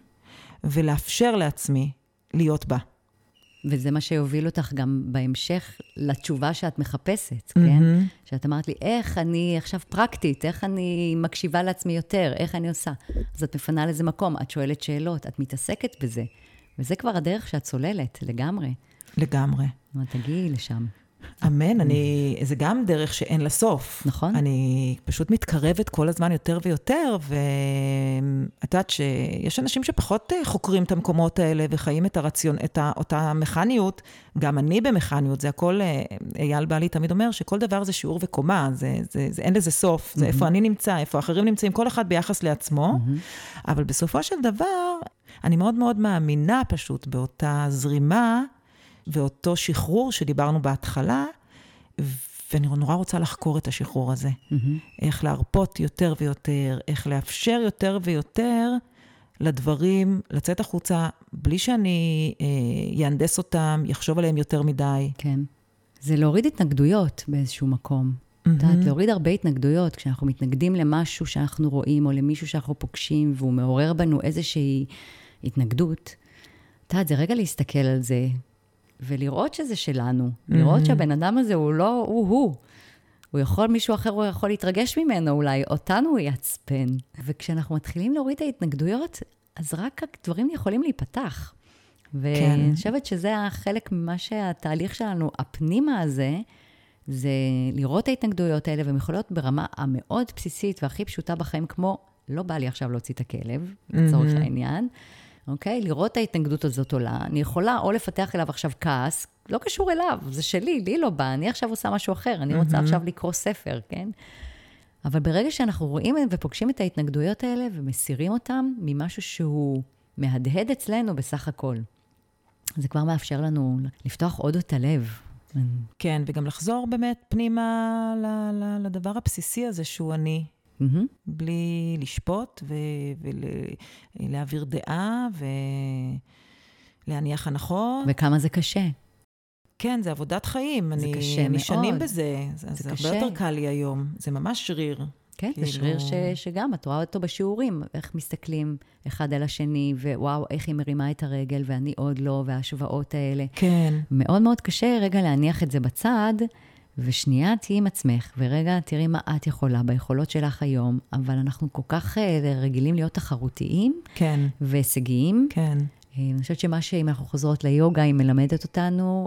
ולאפשר לעצמי להיות בה. וזה מה שיוביל אותך גם בהמשך לתשובה שאת מחפשת, כן? שאת אמרת לי, איך אני עכשיו פרקטית, איך אני מקשיבה לעצמי יותר, איך אני עושה? אז את מפנה לזה מקום, את שואלת שאלות, את מתעסקת בזה. וזה כבר הדרך שאת צוללת, לגמרי. לגמרי. תגיעי לשם. אמן, זה גם דרך שאין לה סוף. נכון. אני פשוט מתקרבת כל הזמן יותר ויותר, ואת יודעת שיש אנשים שפחות חוקרים את המקומות האלה, וחיים את אותה מכניות, גם אני במכניות, זה הכל, אייל בעלי תמיד אומר, שכל דבר זה שיעור וקומה, אין לזה סוף, זה איפה אני נמצא, איפה אחרים נמצאים, כל אחד ביחס לעצמו, אבל בסופו של דבר, אני מאוד מאוד מאמינה פשוט באותה זרימה, ואותו שחרור שדיברנו בהתחלה, ואני נורא רוצה לחקור את השחרור הזה. איך להרפות יותר ויותר, איך לאפשר יותר ויותר לדברים, לצאת החוצה, בלי שאני יהנדס אותם, יחשוב עליהם יותר מדי. כן. זה להוריד התנגדויות באיזשהו מקום. להוריד הרבה התנגדויות, כשאנחנו מתנגדים למשהו שאנחנו רואים, או למישהו שאנחנו פוגשים, והוא מעורר בנו איזושהי התנגדות. זה רגע להסתכל על זה, ולראות שזה שלנו, לראות שהבן אדם הזה הוא לא, הוא. הוא יכול, מישהו אחר הוא יכול להתרגש ממנו אולי, אותנו הוא יעצבן. וכשאנחנו מתחילים להוריד את ההתנגדויות, אז רק הדברים יכולים להיפתח. ואני חושבת שזה החלק ממה שהתהליך שלנו, הפנימה הזה, זה לראות ההתנגדויות האלה, והן יכולות ברמה המאוד בסיסית והכי פשוטה בחיים, כמו לא בא לי עכשיו להוציא את הכלב, לצורך העניין, אוקיי? לראות ההתנגדות הזאת עולה, אני יכולה או לפתח אליו עכשיו כעס, לא קשור אליו, זה שלי, לי לא בא, אני עכשיו עושה משהו אחר, אני רוצה עכשיו לקרוא ספר, כן? אבל ברגע שאנחנו רואים ופוגשים את ההתנגדויות האלה, ומסירים אותם ממשהו שהוא מהדהד אצלנו בסך הכל, זה כבר מאפשר לנו לפתוח עוד את הלב. כן, וגם לחזור באמת פנימה לדבר הבסיסי הזה שהוא אני, בלי לשפוט ולהעביר דעה ולהניח הנחות. וכמה זה קשה. כן, זה עבודת חיים. זה קשה מאוד. שנים בזה. זה הרבה יותר קל לי היום. זה ממש שריר. כן, זה שריר שגם, את רואה אותו בשיעורים, איך מסתכלים אחד על השני, ווואו, איך היא מרימה את הרגל, ואני עוד לא, וההשוואות האלה. כן. מאוד מאוד קשה רגע להניח את זה בצד, ושנייה תהיי עם עצמך, ורגע תראי מה את יכולה ביכולות שלך היום, אבל אנחנו כל כך רגילים להיות תחרותיים, כן. והישגיים. כן. אני חושבת שמה שאם אנחנו חוזרות ליוגה, היא מלמדת אותנו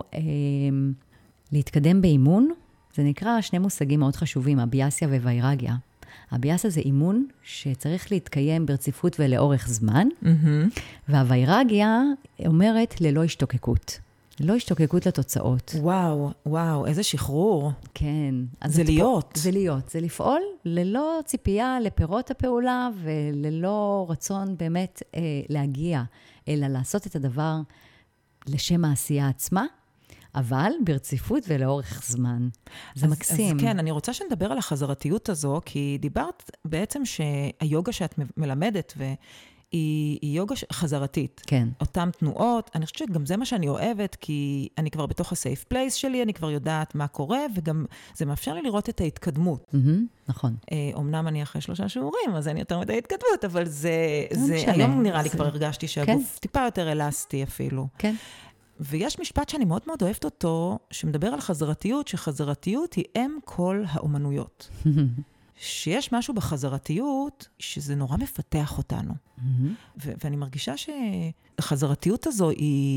להתקדם באימון, זה נקרא שני מושגים מאוד חשובים, הביאסיה וויירגיה. הביאסיה זה אימון שצריך להתקיים ברציפות ולאורך זמן, והוויירגיה אומרת ללא השתוקקות. לא השתוקקות לתוצאות. וואו, וואו, איזה שחרור. כן. זה להיות. זה להיות, זה לפעול ללא ציפייה לפירות הפעולה, וללא רצון באמת להגיע, אלא לעשות את הדבר לשם העשייה עצמה, אבל ברציפות ולאורך זמן. זה מקסים. אז כן, אני רוצה שנדבר על החזרתיות הזו, כי דיברת בעצם שהיוגה שאת מלמדת, היא יוגה חזרתית. כן. אותם תנועות, אני חושבת שגם זה מה שאני אוהבת, כי אני כבר בתוך הסייף פלייס שלי, אני כבר יודעת מה קורה, וגם זה מאפשר לי לראות את ההתקדמות. נכון. אמנם אני אחרי 3 שיעורים, אז אין יותר מדי התקדמות, אבל זה היום נראה לי כבר הרגשתי שהגוף טיפה יותר אלסטי אפילו. כן. ויש משפט שאני מאוד מאוד אוהבת אותו, שמדבר על חזרתיות, שחזרתיות היא אם כל האומנויות. שיש משהו בחזרתיות שזה נורא מפתח אותנו. ואני מרגישה שהחזרתיות הזו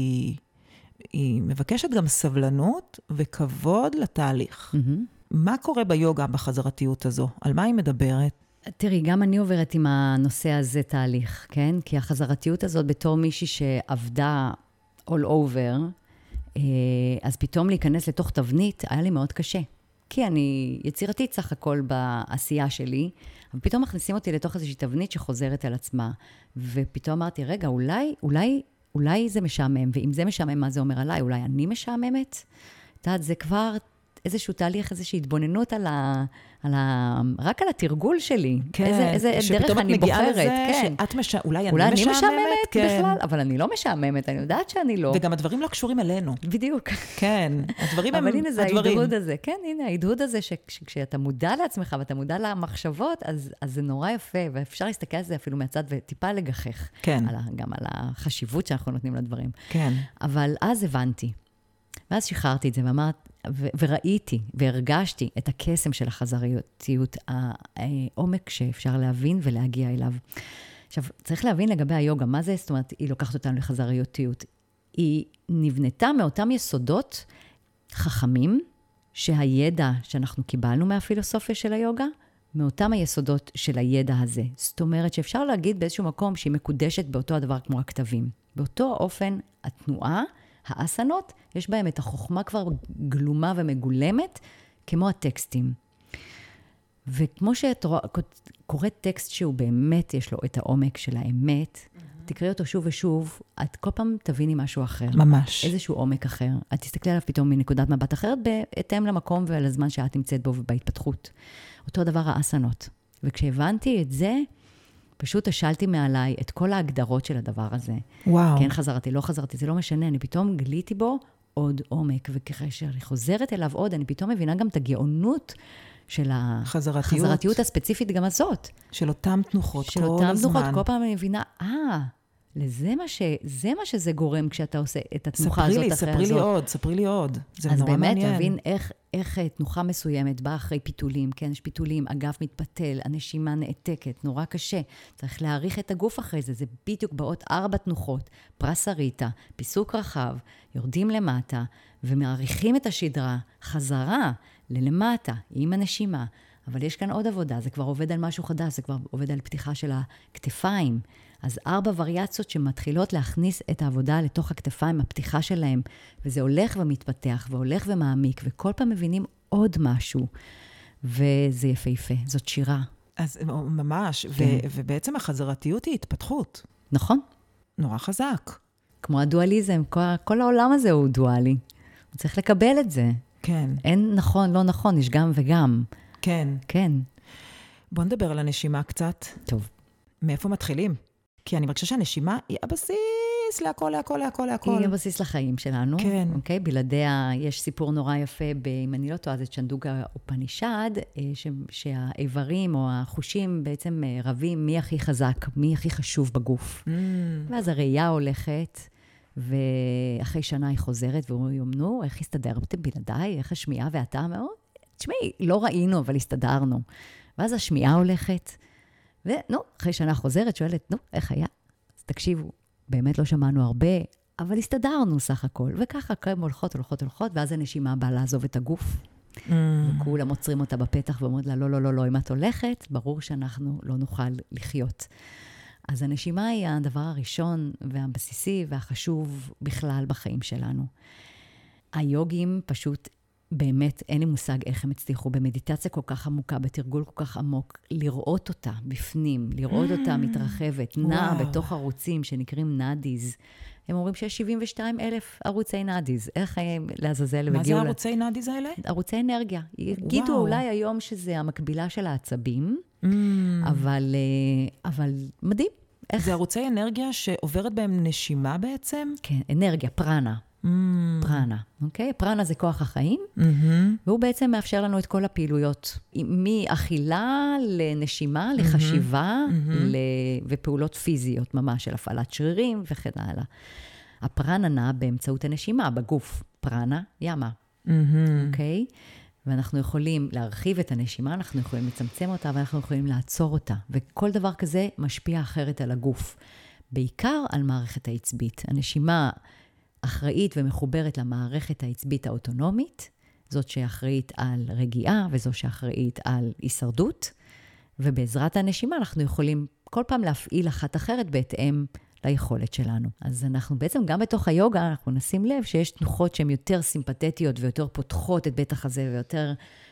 היא מבקשת גם סבלנות וכבוד לתהליך. מה קורה ביוגה בחזרתיות הזו? על מה היא מדברת? תראי, גם אני עוברת עם הנושא הזה תהליך, כן? כי החזרתיות הזאת בתור מישהי שעבדה all over, אז פתאום להיכנס לתוך תבנית היה לי מאוד קשה. כי אני יצירתית סך הכל בעשייה שלי, אבל פתאום מכניסים אותי לתוך איזושהי תבנית שחוזרת על עצמה, ופתאום אמרתי, רגע, אולי זה משעמם, ואם זה משעמם, מה זה אומר עליי? אולי אני משעממת? זה כבר איזשהו תהליך, איזושהי התבוננות רק על התרגול שלי. כן, איזה דרך אני בוחרת. כן. אולי אני משעממת כן. בכלל, אבל אני לא משעממת, אני יודעת שאני לא. וגם הדברים לא קשורים אלינו. בדיוק. כן, הדברים הם אבל הנה זה הדברים. ההדהוד הזה, כן, הנה ההדהוד הזה, שכשאתה מודע לעצמך ואתה מודע למחשבות, אז זה נורא יפה, ואפשר להסתכל על זה אפילו מהצד וטיפה לגחך. כן. גם על החשיבות שאנחנו נותנים לדברים. כן. אבל אז הבנתי. ואז שחררתי את זה, וראיתי והרגשתי את הקסם של החזרתיות, העומק שאפשר להבין ולהגיע אליו. עכשיו, צריך להבין לגבי היוגה, מה זה? זאת אומרת, היא לוקחת אותנו לחזרתיות. היא נבנתה מאותם יסודות חכמים, שהידע שאנחנו קיבלנו מהפילוסופיה של היוגה, מאותם היסודות של הידע הזה. זאת אומרת, שאפשר להגיד באיזשהו מקום שהיא מקודשת באותו הדבר כמו הכתבים. באותו אופן, התנועה, האסנות, יש בהם את החוכמה כבר גלומה ומגולמת, כמו הטקסטים. וכמו שאת קוראת טקסט שהוא באמת יש לו את העומק של האמת, תקראי אותו שוב ושוב, את כל פעם תביני משהו אחר. ממש. איזשהו עומק אחר. את תסתכלי עליו פתאום מנקודת מבט אחרת, בהתאם למקום ולזמן שאת נמצאת בו ובהתפתחות. אותו דבר האסנות. וכשהבנתי את זה, פשוט השלתי מעליי את כל ההגדרות של הדבר הזה. וואו. כן, חזרתי, לא חזרתי, זה לא משנה, אני פתאום גיליתי בו עוד עומק, וכאשר אני חוזרת אליו עוד, אני פתאום מבינה גם את הגאונות של החזרתיות הספציפית גם הזאת. של אותם תנוחות כל הזמן. של אותם תנוחות, כל פעם אני מבינה, זה מה שזה גורם כשאתה עושה את התנוחה הזאת אחרי הזאת. ספרי לי עוד. זה נורא מעניין. מעניין. אז באמת, תבין איך תנוחה מסוימת באה אחרי פיתולים, כן, יש פיתולים, אגף מתפתל, הנשימה נעתקת, נורא קשה. צריך להעריך את הגוף אחרי זה, זה בדיוק באות 4 תנוחות, פרס הריטה, פיסוק רחב, יורדים למטה, ומעריכים את השדרה חזרה ללמטה, עם הנשימה. אבל יש כאן עוד עבודה, זה כבר עובד על משהו חדש, זה כבר עובד על פתיחה של הכתפיים. אז 4 וריאציות שמתחילות להכניס את העבודה לתוך הכתפיים, הפתיחה שלהם, וזה הולך ומתפתח, והולך ומעמיק, וכל פעם מבינים עוד משהו, וזה יפהפה, זאת שירה. אז ממש, כן. ובעצם החזרתיות היא התפתחות. נכון. נורא חזק. כמו הדואליזם, כל העולם הזה הוא דואלי. צריך לקבל את זה. כן. אין נכון, לא נכון, יש גם וגם. כן. כן. בוא נדבר על הנשימה קצת. טוב. מאיפה מתחילים? כי אני מרגישה שהנשימה היא הבסיס להכל. היא הבסיס לחיים שלנו. כן. אוקיי? בלעדיה יש סיפור נורא יפה, אם אני לא טועה, זה צ'נדוגה אופנישד, שהאיברים או החושים בעצם רבים מי הכי חזק, מי הכי חשוב בגוף. ואז הראייה הולכת, ואחרי שנה היא חוזרת, ואומרים, נו, איך הסתדרתם בלעדיי? איך השמיעה והטעם? תשמעי, לא ראינו, אבל הסתדרנו. ואז השמיעה הולכת, ונו, אחרי שנה חוזרת, שואלת, נו, איך היה? אז תקשיבו, באמת לא שמענו הרבה, אבל הסתדרנו סך הכל. וככה, הם הולכות, ואז הנשימה באה לעזוב את הגוף. וכולם עוצרים אותה בפתח ואומרת לה, לא, אם את הולכת, ברור שאנחנו לא נוכל לחיות. אז הנשימה היא הדבר הראשון והבסיסי והחשוב בכלל בחיים שלנו. היוגים פשוט באמת אין לי מושג איך הם הצליחו במדיטציה כל כך עמוקה, בתרגול כל כך עמוק, לראות אותה בפנים, לראות אותה מתרחבת, נעה בתוך ערוצים שנקראים נאדיז. הם אומרים שיש 72,000 ערוצי נאדיז. איך הם לעזאזל? מה זה ערוצי נאדיז האלה? ערוצי אנרגיה. יגידו אולי היום שזה המקבילה של העצבים, אבל מדהים. זה ערוצי אנרגיה שעוברת בהם נשימה בעצם? כן, אנרגיה, פרנה. פרנה, אוקיי? פרנה זה כוח החיים, והוא בעצם מאפשר לנו את כל הפעילויות, מאכילה לנשימה, לחשיבה, ופעולות פיזיות ממש, של הפעלת שרירים וכן הלאה. הפרנה נע באמצעות הנשימה, בגוף. פרנה, ימה, אוקיי? ואנחנו יכולים להרחיב את הנשימה, אנחנו יכולים לצמצם אותה, ואנחנו יכולים לעצור אותה. וכל דבר כזה משפיע אחרת על הגוף. בעיקר על מערכת העצבית. הנשימה אחראית ומחוברת למערכת העצבית האוטונומית, זאת שאחראית על רגיעה, וזו שאחראית על הישרדות, ובעזרת הנשימה אנחנו יכולים כל פעם להפעיל אחת אחרת בהתאם ליכולת שלנו. אז אנחנו בעצם גם בתוך היוגה, אנחנו נשים לב שיש תנוחות שהן יותר סימפתטיות ויותר פותחות את בית החזה ויותר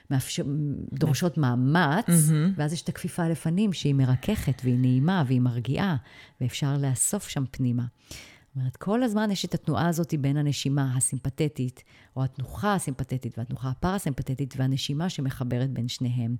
דורשות מאמץ, ואז יש את הכפיפה לפנים שהיא מרככת והיא נעימה והיא מרגיעה, ואפשר לאסוף שם פנימה. זאת אומרת, כל הזמן יש את התנועה הזאת בין הנשימה הסימפתטית, או התנוחה הסימפתטית והתנוחה הפרסימפתטית, והנשימה שמחברת בין שניהם.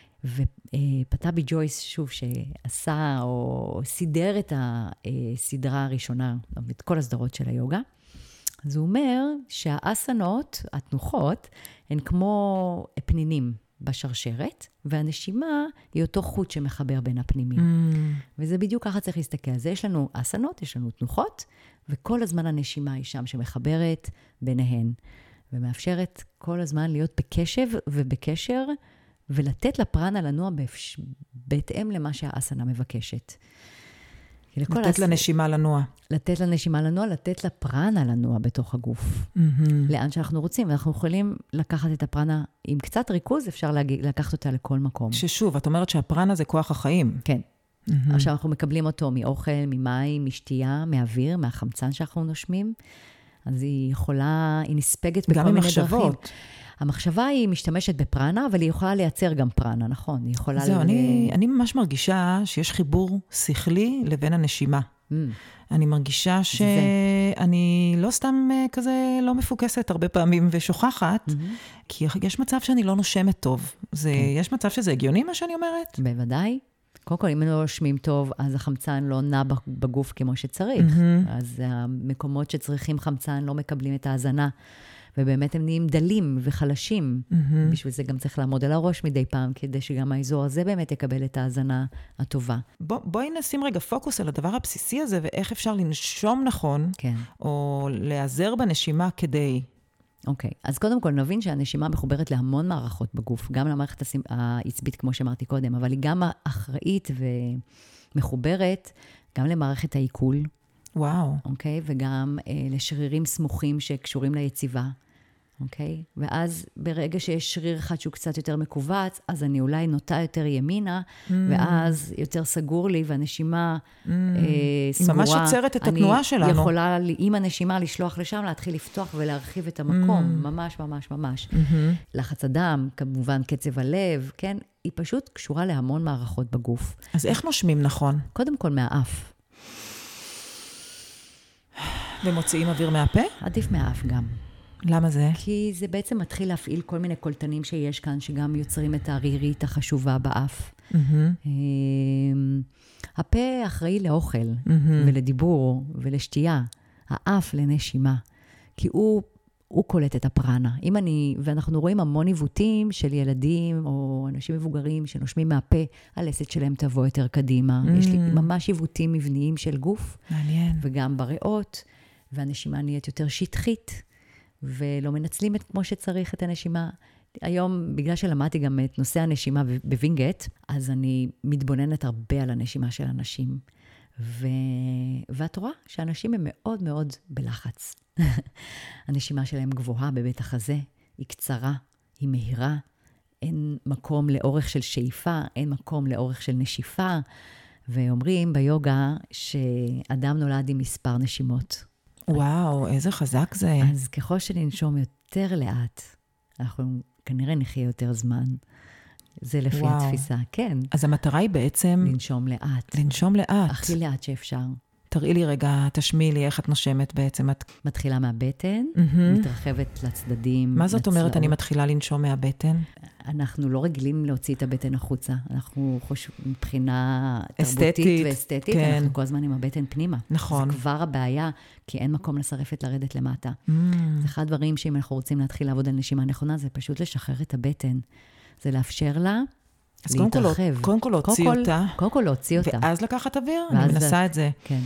ופטאבי ג'ויס, שוב, שעשה או סידר את הסדרה הראשונה, את כל הסדרות של היוגה, אז הוא אומר שהאסנות, התנוחות, הן כמו פנינים בשרשרת, והנשימה היא אותו חוט שמחבר בין הפנימים. וזה בדיוק ככה צריך להסתכל. אז יש לנו אסנות, יש לנו תנוחות, וכל הזמן הנשימה היא שם שמחברת ביניהן, ומאפשרת כל הזמן להיות בקשב ובקשר, ולתת לפרנה לנוע בהתאם למה שהאסנה מבקשת. לתת לנשימה לנוע. לתת לנשימה לנוע, לתת לפרנה לנוע בתוך הגוף. לאן שאנחנו רוצים. ואנחנו יכולים לקחת את הפרנה, עם קצת ריכוז, אפשר לקחת אותה לכל מקום. ששוב, את אומרת שהפרנה זה כוח החיים. כן. עכשיו אנחנו מקבלים אותו מאוכל, ממים, משתייה, מאוויר, מהחמצן שאנחנו נושמים. אז היא יכולה, היא נספגת בכל מיני דרכים. גם ממחשבות. המחשבה היא משתמשת בפרנה, אבל היא יכולה לייצר גם פרנה, נכון? היא יכולה... זהו, אני ממש מרגישה שיש חיבור שכלי לבין הנשימה. אני מרגישה שאני לא סתם כזה לא מפוקסת הרבה פעמים ושוכחת, כי יש מצב שאני לא נושמת טוב. יש מצב שזה הגיוני מה שאני אומרת? בוודאי. קודם כל, אם לא נושמים טוב, אז החמצן לא נע בגוף כמו שצריך. אז המקומות שצריכים חמצן לא מקבלים את ההזנה ובאמת הם נהיים דלים וחלשים. בשביל זה גם צריך לעמוד על הראש מדי פעם, כדי שגם האזור הזה באמת יקבל את ההזנה הטובה. בואי נשים רגע פוקוס על הדבר הבסיסי הזה, ואיך אפשר לנשום נכון, כן. או להיעזר בנשימה כדי... אוקיי, אז קודם כל נבין שהנשימה מחוברת להמון מערכות בגוף, גם למערכת העצבית, כמו שאמרתי קודם, אבל היא גם אחראית ומחוברת גם למערכת העיכול. וואו. אוקיי, וגם לשרירים סמוכים שקשורים ליציבה. אוקיי? ואז ברגע שיש שריר אחד שהוא קצת יותר מקובץ, אז אני אולי נוטה יותר ימינה, ואז יותר סגור לי, והנשימה סגורה. היא ממש עוצרת את התנועה שלנו. אני יכולה, עם הנשימה, לשלוח לשם, להתחיל לפתוח ולהרחיב את המקום. ממש, ממש, ממש. לחץ הדם, כמובן קצב הלב, כן? היא פשוט קשורה להמון מערכות בגוף. אז איך נושמים נכון? קודם כל מהאף. ומוציאים אוויר מהפה? עדיף מהאף גם. למה זה? כי זה בעצם מתחיל להפעיל כל מיני קולטנים שיש כאן, שגם יוצרים את הרירית החשובה באף. הפה אחראי לאוכל, ולדיבור, ולשתייה. האף לנשימה. כי הוא קולט את הפרנה. ואנחנו רואים המון עיוותים של ילדים, או אנשים מבוגרים שנושמים מהפה, הלסת שלהם תבוא יותר קדימה. יש לי ממש עיוותים מבניים של גוף. מעניין. וגם בריאות, והנשימה נהיית יותר שטחית. ולא מנצלים כמו שצריך את הנשימה. היום, בגלל שלמדתי גם את נושא הנשימה בווינגייט, אז אני מתבוננת הרבה על הנשימה של אנשים. ואת רואה שאנשים הם מאוד מאוד בלחץ. הנשימה שלהם גבוהה בבית החזה, היא קצרה, היא מהירה, אין מקום לאורך של שאיפה, אין מקום לאורך של נשיפה, ואומרים ביוגה שאדם נולד עם מספר נשימות. וואו, איזה חזק זה. אז ככל שננשום יותר לאט, אנחנו כנראה נחיה יותר זמן. זה לפי התפיסה, כן. אז המטרה היא בעצם... לנשום לאט. לנשום לאט. הכי לאט שאפשר. תראי לי רגע, תשמיעי לי איך את נושמת בעצם. מתחילה מהבטן, מתרחבת לצדדים. מה זאת אומרת אני מתחילה לנשום מהבטן? אנחנו לא רגילים להוציא את הבטן החוצה. אנחנו חושבים מבחינה תרבותית ואסתטית, אנחנו כל הזמן עם הבטן פנימה. נכון. זה כבר הבעיה, כי אין מקום לשרפת לרדת למטה. זה אחד הדברים שאם אנחנו רוצים להתחיל לעבוד על נשימה נכונה, זה פשוט לשחרר את הבטן. זה לאפשר לה להתרחב. קודם כל להוציא אותה. קודם כל להוציא אותה. ואז לקחת אוויר, אני מנסה את זה. כן.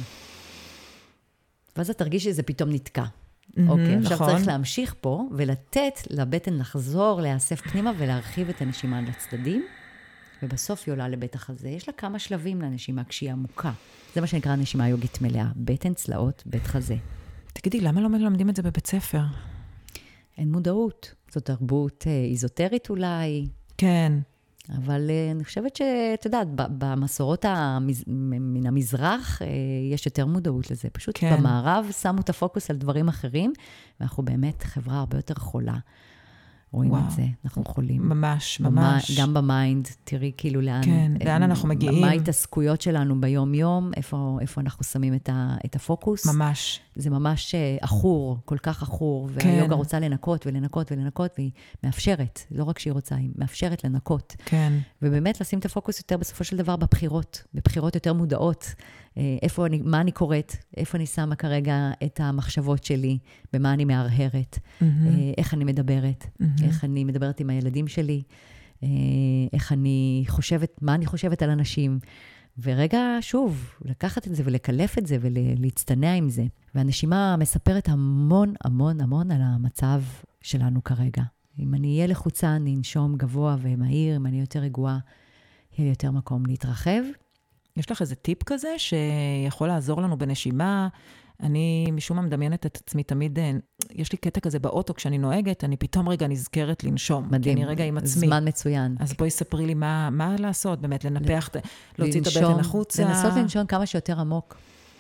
ואז אתה תרגיש שזה פתאום נתקע. אוקיי, עכשיו צריך להמשיך פה, ולתת לבטן לחזור, להיאסף פנימה, ולהרחיב את הנשימה לצדדים, ובסוף היא עולה לבית החזה. יש לה כמה שלבים לנשימה כשהיא עמוקה. זה מה שנקרא נשימה יוגית מלאה. בטן, צלעות, בית חזה. תגידי, למה לא מלמדים את זה בבית ספר? אין מודעות. זו תרבות איזוטרית אולי. כן. אבל אני חושבת שאת יודעת, במסורות מן המזרח, יש יותר מודעות לזה. פשוט כן. במערב שמו את הפוקוס על דברים אחרים, ואנחנו באמת חברה הרבה יותר חולה. רואים את זה, אנחנו חולים. ממש, ממש. גם במיינד, תראי כאילו לאן... כן, לאן אנחנו מגיעים. מה ההתעסקויות שלנו ביום-יום, איפה אנחנו שמים את הפוקוס. ממש. זה ממש אחור, כל כך אחור, והיוגה רוצה לנקות ולנקות ולנקות, והיא מאפשרת, לא רק שהיא רוצה, היא מאפשרת לנקות. כן. ובאמת לשים את הפוקוס יותר בסופו של דבר בבחירות יותר מודעות, מה אני קוראת, איפה אני שמה כרגע את המחשבות שלי, במה אני מהרהרת, איך אני מדברת, איך אני מדברת עם הילדים שלי, איך אני חושבת, מה אני חושבת על אנשים, ורגע, שוב, לקחת את זה ולקלף את זה ולהצטנע עם זה. והנשימה מספרת המון המון המון על המצב שלנו כרגע. אם אני אהיה לחוצה, אני אנשום גבוה ומהיר, אם אני יותר רגועה, יהיה יותר מקום להתרחב. יש לך איזה טיפ כזה שיכול לעזור לנו בנשימה? אני משום מה מדמיינת את עצמי תמיד, יש לי קטע כזה באוטו כשאני נוהגת, אני פתאום רגע נזכרת לנשום. מדהים. כי אני רגע עם עצמי. זמן מצוין. אז בואי ספרי לי מה לעשות, באמת, לנפח, להוציא את הבטן החוצה. לנסות לנשום כמה שיותר עמוק.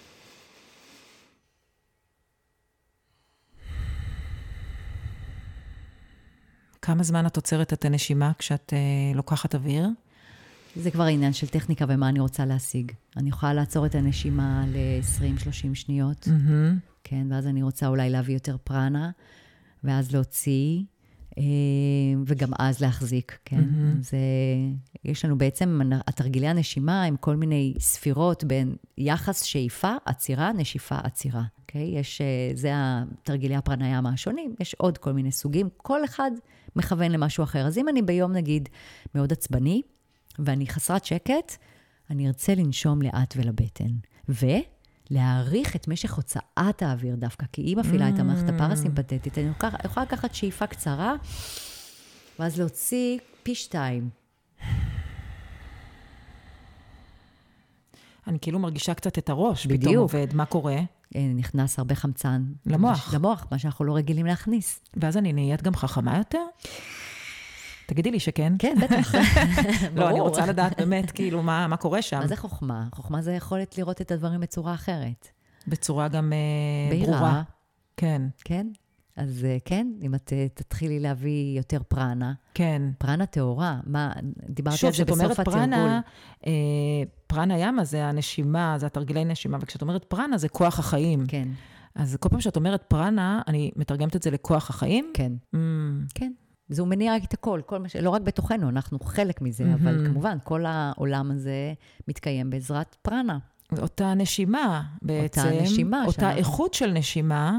כמה זמן את עוצרת את הנשימה כשאת לוקחת אוויר? זה כבר עניין של טכניקה ומה אני רוצה להשיג. אני יכולה לעצור את הנשימה ל-20-30 שניות. כן, ואז אני רוצה אולי להביא יותר פרנה, ואז להוציא וגם אז להחזיק, כן? יש לנו בעצם, התרגילי הנשימה עם כל מיני ספירות בין יחס שאיפה, עצירה, נשיפה, עצירה. אוקיי? זה התרגילי הפרניאמה השונים, יש עוד כל מיני סוגים, כל אחד מכוון למשהו אחר. אז אם אני ביום, נגיד, מאוד עצבני, ואני חסרת שקט, אני ארצה לנשום לאט ולבטן. להעריך את משך הוצאת האוויר דווקא, כי היא מפעילה את המערכת הפרסימפטית. אני יכולה לקחת שאיפה קצרה, ואז להוציא פי 2. אני כאילו מרגישה קצת את הראש, פתאום עובד. מה קורה? נכנס הרבה חמצן. למוח. למוח, מה שאנחנו לא רגילים להכניס. ואז אני נהיית גם חכמה יותר? תגידי לי שכן. כן, בטח. לא, אני רוצה לדעת באמת, כאילו, מה קורה שם. מה זה חוכמה? חוכמה זה יכולת לראות את הדברים בצורה אחרת. בצורה גם ברורה. בהירה. כן. כן? אז כן, אם את תתחילי להביא יותר פרנה. כן. פרנה תאורה. דיברתי על זה בסוף התרגול. שוב, שאת אומרת פרנה ימה זה הנשימה, זה התרגילי נשימה, וכשאת אומרת פרנה זה כוח החיים. כן. אז כל פעם שאת אומרת פרנה, אני מתרגמת את זה לכוח החיים? כן. כן. זה מניע את הכל, לא רק בתוכנו, אנחנו חלק מזה, אבל כמובן, כל העולם הזה מתקיים בעזרת פרנה. אותה נשימה בעצם, אותה איכות של נשימה,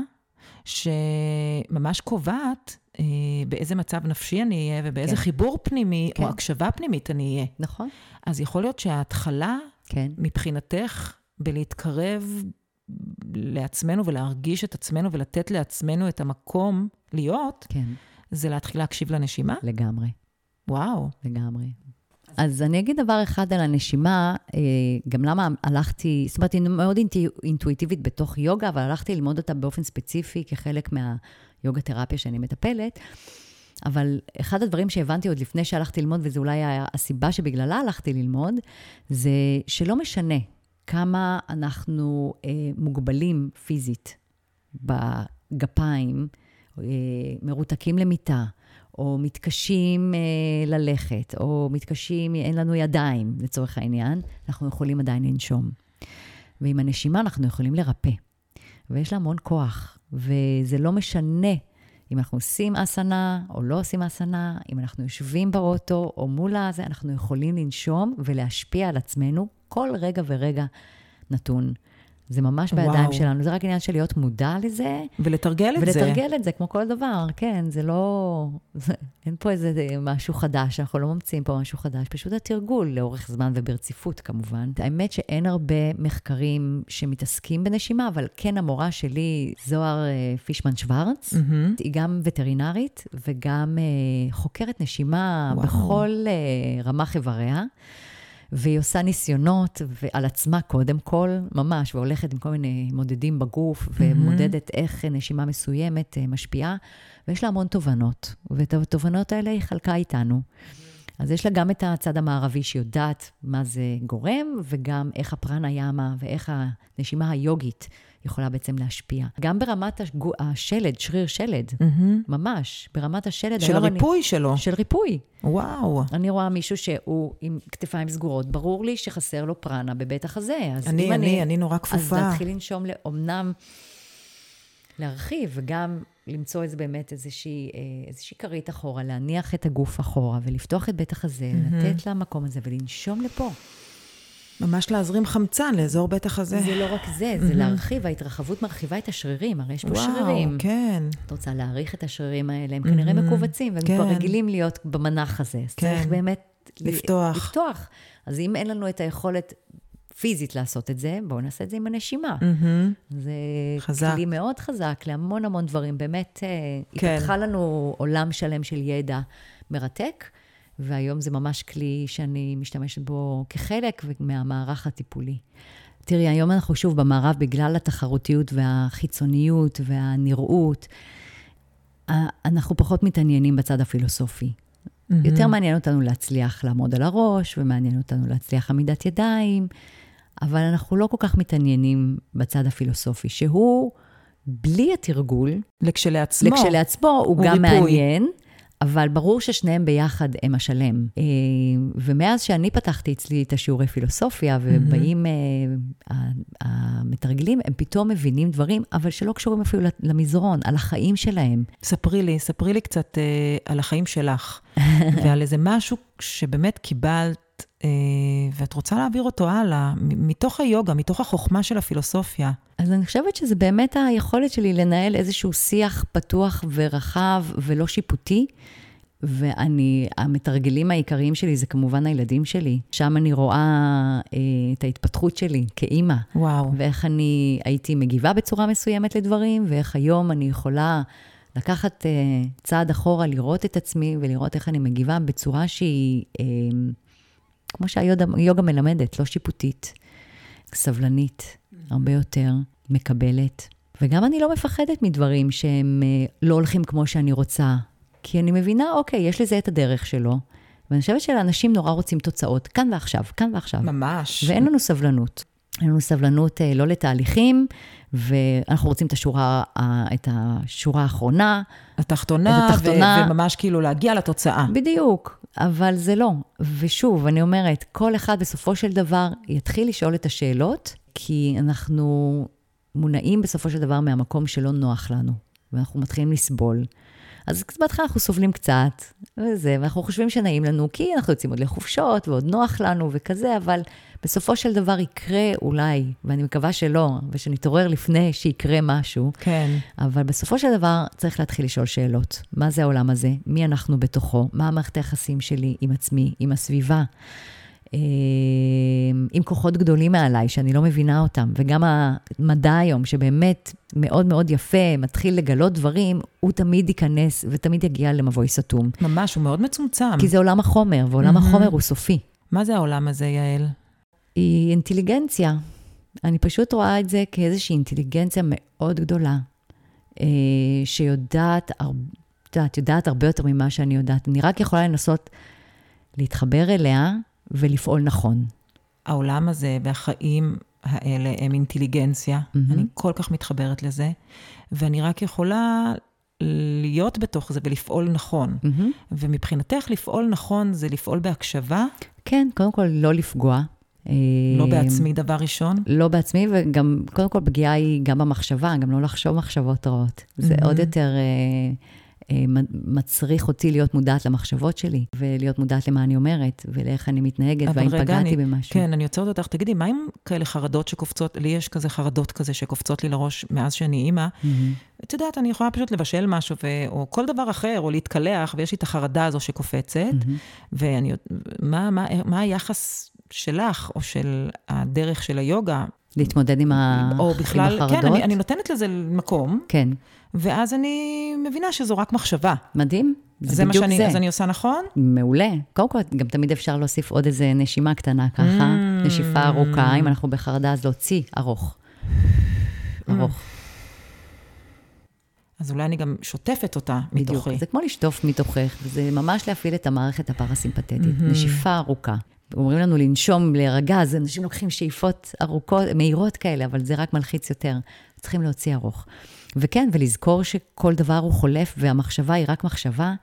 שממש קובעת באיזה מצב נפשי אני אהיה, ובאיזה חיבור פנימי, או הקשבה פנימית אני אהיה. נכון. אז יכול להיות שההתחלה, מבחינתך, בלהתקרב לעצמנו, ולהרגיש את עצמנו, ולתת לעצמנו את המקום להיות, זה להתחיל להקשיב לנשימה? לגמרי. וואו. לגמרי. אז אני אגיד דבר אחד על הנשימה, גם למה הלכתי, זאת אומרת, היא מאוד אינטואיטיבית בתוך יוגה, אבל הלכתי ללמוד אותה באופן ספציפי, כחלק מהיוגה תרפיה שאני מטפלת, אבל אחד הדברים שהבנתי עוד לפני שהלכתי ללמוד, וזה אולי הסיבה שבגללה הלכתי ללמוד, זה שלא משנה כמה אנחנו מוגבלים פיזית בגפיים, מרותקים למיטה, או מתקשים ללכת, או מתקשים, אין לנו ידיים לצורך העניין, אנחנו יכולים עדיין לנשום. ועם הנשימה אנחנו יכולים לרפא. ויש לה המון כוח, וזה לא משנה אם אנחנו עושים אסנה או לא עושים אסנה, אם אנחנו יושבים באוטו או מול הזה, אנחנו יכולים לנשום ולהשפיע על עצמנו כל רגע ורגע נתון. זה ממש בידיים שלנו, זה רק עניין של להיות מודע לזה. ולתרגל את זה. ולתרגל את זה, כמו כל דבר, כן, זה לא, אין פה איזה משהו חדש, אנחנו לא ממציאים פה משהו חדש, פשוט התרגול לאורך זמן וברציפות כמובן. האמת שאין הרבה מחקרים שמתעסקים בנשימה, אבל כן המורה שלי, זוהר פישמן שוורץ, היא גם וטרינרית, וגם חוקרת נשימה בכל רמה חבריה, והיא עושה ניסיונות על עצמה קודם כל, ממש, והולכת עם כל מיני מודדים בגוף, ומודדת איך נשימה מסוימת משפיעה, ויש לה המון תובנות, ואת התובנות האלה היא חלקה איתנו. אז יש לה גם את הצד המערבי שיודעת מה זה גורם, וגם איך הפרנה ימה, ואיך הנשימה היוגית יכולה בעצם להשפיע. גם ברמת השלד, שריר שלד, ממש, ברמת השלד. של הריפוי שלו. של ריפוי. וואו. אני רואה מישהו שהוא עם כתפיים סגורות, ברור לי שחסר לו פרנה בבית החזה. אני נורא כפופה. אז להתחיל לנשום לאומנם, להרחיב, וגם למצוא איזה באמת איזושהי קרית אחורה, להניח את הגוף אחורה, ולפתוח את בית החזה, לתת למקום הזה, ולנשום לפה. ממש להזרים חמצן לאזור בית החזה. זה לא רק זה, זה להרחיב, ההתרחבות מרחיבה את השרירים, הרי יש פה שרירים. וואו, כן. את רוצה להעריך את השרירים האלה, הם כנראה מקובצים, והם כבר רגילים להיות במנח הזה. אז צריך באמת לפתוח. אז אם אין לנו את היכולת פיזית לעשות את זה, בואו נעשה את זה עם הנשימה. זה כלי מאוד חזק להמון המון דברים. באמת, התפתחה לנו עולם שלם של ידע מרתק, והיום זה ממש כלי שאני משתמשת בו כחלק מהמערך הטיפולי. תראי, היום אנחנו שוב במערב, בגלל התחרותיות והחיצוניות והנראות, אנחנו פחות מתעניינים בצד הפילוסופי. יותר מעניין אותנו להצליח לעמוד על הראש, ומעניין אותנו להצליח עמידת ידיים, אבל אנחנו לא כל כך מתעניינים בצד הפילוסופי, שהוא בלי התרגול, לכשלעצמו הוא גם מעניין, אבל ברור ששניהם ביחד הם השלם. ומאז שאני פתחתי אצלי את השיעורי פילוסופיה, ובאים המתרגלים, הם פתאום מבינים דברים, אבל שלא קשורים אפילו למזרון, על החיים שלהם. ספרי לי קצת על החיים שלך, ועל איזה משהו שבאמת קיבלת, ואת רוצה להעביר אותו הלאה, מתוך היוגה, מתוך החוכמה של הפילוסופיה. אז אני חושבת שזה באמת היכולת שלי לנהל איזשהו שיח פתוח ורחב ולא שיפוטי, המתרגלים העיקריים שלי זה כמובן הילדים שלי. שם אני רואה את ההתפתחות שלי כאימא. וואו. ואיך אני הייתי מגיבה בצורה מסוימת לדברים, ואיך היום אני יכולה לקחת צעד אחורה, לראות את עצמי, ולראות איך אני מגיבה בצורה שהיא, כמו שהיוגה מלמדת, לא שיפוטית, סבלנית, הרבה יותר, מקבלת. וגם אני לא מפחדת מדברים שהם לא הולכים כמו שאני רוצה, כי אני מבינה, אוקיי, יש לזה את הדרך שלו, ואני חושבת שלאנשים נורא רוצים תוצאות, כאן ועכשיו, כאן ועכשיו. ממש. ואין לנו סבלנות. אין לנו סבלנות לא לתהליכים, ואנחנו רוצים את השורה האחרונה. התחתונה, וממש כאילו להגיע לתוצאה. בדיוק, אבל זה לא. ושוב, אני אומרת, כל אחד בסופו של דבר יתחיל לשאול את השאלות, כי אנחנו מונעים בסופו של דבר מהמקום שלא נוח לנו, ואנחנו מתחילים לסבול. אז בהתחלה אנחנו סובלים קצת, ואנחנו חושבים שנעים לנו, כי אנחנו יוצאים עוד לחופשות, ועוד נוח לנו וכזה, אבל בסופו של דבר יקרה אולי, ואני מקווה שלא, ושנתעורר לפני שיקרה משהו. כן. אבל בסופו של דבר צריך להתחיל לשאול שאלות. מה זה העולם הזה? מי אנחנו בתוכו? מה המערכת היחסים שלי עם עצמי, עם הסביבה? עם כוחות גדולים מעליי, שאני לא מבינה אותם, וגם המדע היום, שבאמת מאוד מאוד יפה, מתחיל לגלות דברים, הוא תמיד ייכנס, ותמיד יגיע למבוי סתום. ממש, הוא מאוד מצומצם. כי זה עולם החומר, ועולם החומר הוא סופי. מה זה העולם הזה, יעל? היא אינטליגנציה. אני פשוט רואה את זה כאיזושהי אינטליגנציה מאוד גדולה, שיודעת הרבה יותר ממה שאני יודעת. אני רק יכולה לנסות להתחבר אליה, ולפעול נכון. העולם הזה והחיים האלה הם אינטליגנציה. אני כל כך מתחברת לזה, ואני רק יכולה להיות בתוך זה ולפעול נכון. ומבחינתך לפעול נכון זה לפעול בהקשבה? כן, קודם כל לא לפגוע. לא בעצמי דבר ראשון? לא בעצמי, וגם קודם כל פגיעה היא גם במחשבה, גם לא לחשוב מחשבות רעות. זה עוד יותר מצריך אותי להיות מודעת למחשבות שלי, ולהיות מודעת למה אני אומרת, ולאיך אני מתנהגת, והאם פגעתי במשהו. כן, אני יוצרת אותך, תגידי, מה עם כאלה חרדות שקופצות, לי יש כזה חרדות כזה שקופצות לי לראש מאז שאני אימא, את יודעת, אני יכולה פשוט לבשל משהו, או כל דבר אחר, או להתקלח, ויש לי את החרדה הזו שקופצת, מה היחס שלך, או של הדרך של היוגה? להתמודד עם החרדות? או בכלל, כן, אני נותנת לזה מקום, כן. ואז אני מבינה שזו רק מחשבה. מדהים. זה בדיוק זה. אז אני עושה נכון? מעולה. קודם כל, גם תמיד אפשר להוסיף עוד איזה נשימה קטנה ככה, נשיפה ארוכה, אם אנחנו בחרדה, אז להוציא ארוך. ארוך. אז אולי אני גם שוטפת אותה מתוכי. בדיוק, זה כמו לשטוף מתוכך, וזה ממש להפעיל את המערכת הפרסימפטית, נשיפה ארוכה. אומרים לנו לנשום, להירגע, אז אנשים לוקחים שאיפות ארוכות, מהירות כאלה, אבל זה רק מלחיץ יותר. צריכים להוציא ארוך. וכן, ולזכור שכל דבר הוא חולף, והמחשבה היא רק מחשבה,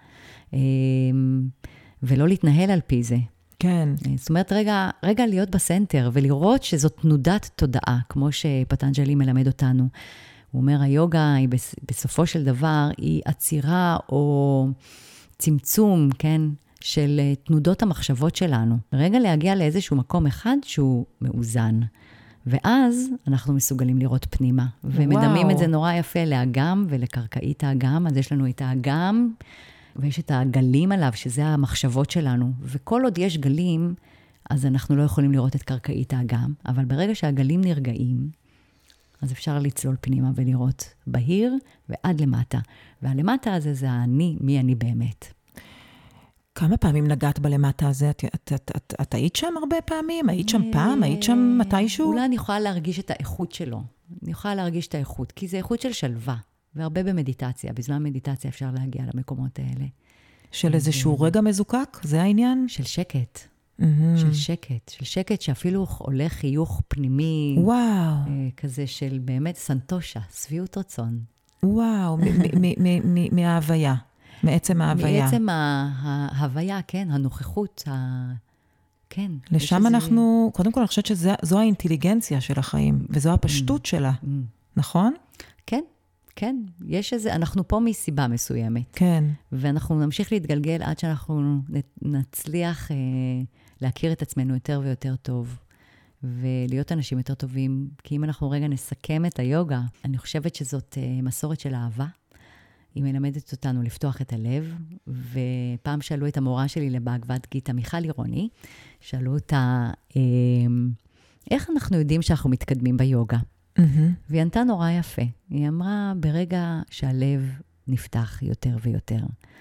ולא להתנהל על פי זה. כן. זאת אומרת, רגע להיות בסנטר, ולראות שזאת תנודת תודעה, כמו שפטנג'לי מלמד אותנו. הוא אומר, היוגה היא בסופו של דבר, היא עצירה או צמצום, כן, של תנודות המחשבות שלנו. רגע להגיע לאיזשהו מקום אחד שהוא מאוזן. ואז אנחנו מסוגלים לראות פנימה. ומדמים את זה נורא יפה לאגם ולקרקעית האגם. אז יש לנו את האגם, ויש את הגלים עליו, שזה המחשבות שלנו. וכל עוד יש גלים, אז אנחנו לא יכולים לראות את קרקעית האגם. אבל ברגע שהגלים נרגעים, אז אפשר לצלול פנימה ולראות בהיר ועד למטה. והלמטה הזה זה אני, מי אני באמת. כמה פעמים נגעת בלמטה הזה? את היית שם הרבה פעמים? היית שם פעם? היית שם מתישהו? אולי אני יכולה להרגיש את האיכות שלו. אני יכולה להרגיש את האיכות, כי זה איכות של שלווה, והרבה במדיטציה. בזמן מדיטציה אפשר להגיע למקומות האלה. של איזשהו רגע מזוקק? זה העניין? של שקט. של שקט. של שקט שאפילו עולה חיוך פנימי. וואו. כזה של באמת סנטושה, שביעות רצון. וואו, מההוויה. מעצם ההוויה. מעצם ההוויה, כן, הנוכחות, כן. לשם אנחנו, קודם כל אני חושבת שזו האינטליגנציה של החיים, וזו הפשטות שלה, נכון? כן, כן. יש איזה, אנחנו פה מסיבה מסוימת. כן. ואנחנו נמשיך להתגלגל עד שאנחנו נצליח להכיר את עצמנו יותר ויותר טוב, ולהיות אנשים יותר טובים. כי אם אנחנו רגע נסכם את היוגה, אני חושבת שזאת מסורת של אהבה. היא מלמדת אותנו לפתוח את הלב, ופעם שאלו את המורה שלי לבהגבד גיטה, מיכל עירוני, שאלו אותה, איך אנחנו יודעים שאנחנו מתקדמים ביוגה? והיא ענתה נורא יפה. היא אמרה, ברגע שהלב נפתח יותר ויותר.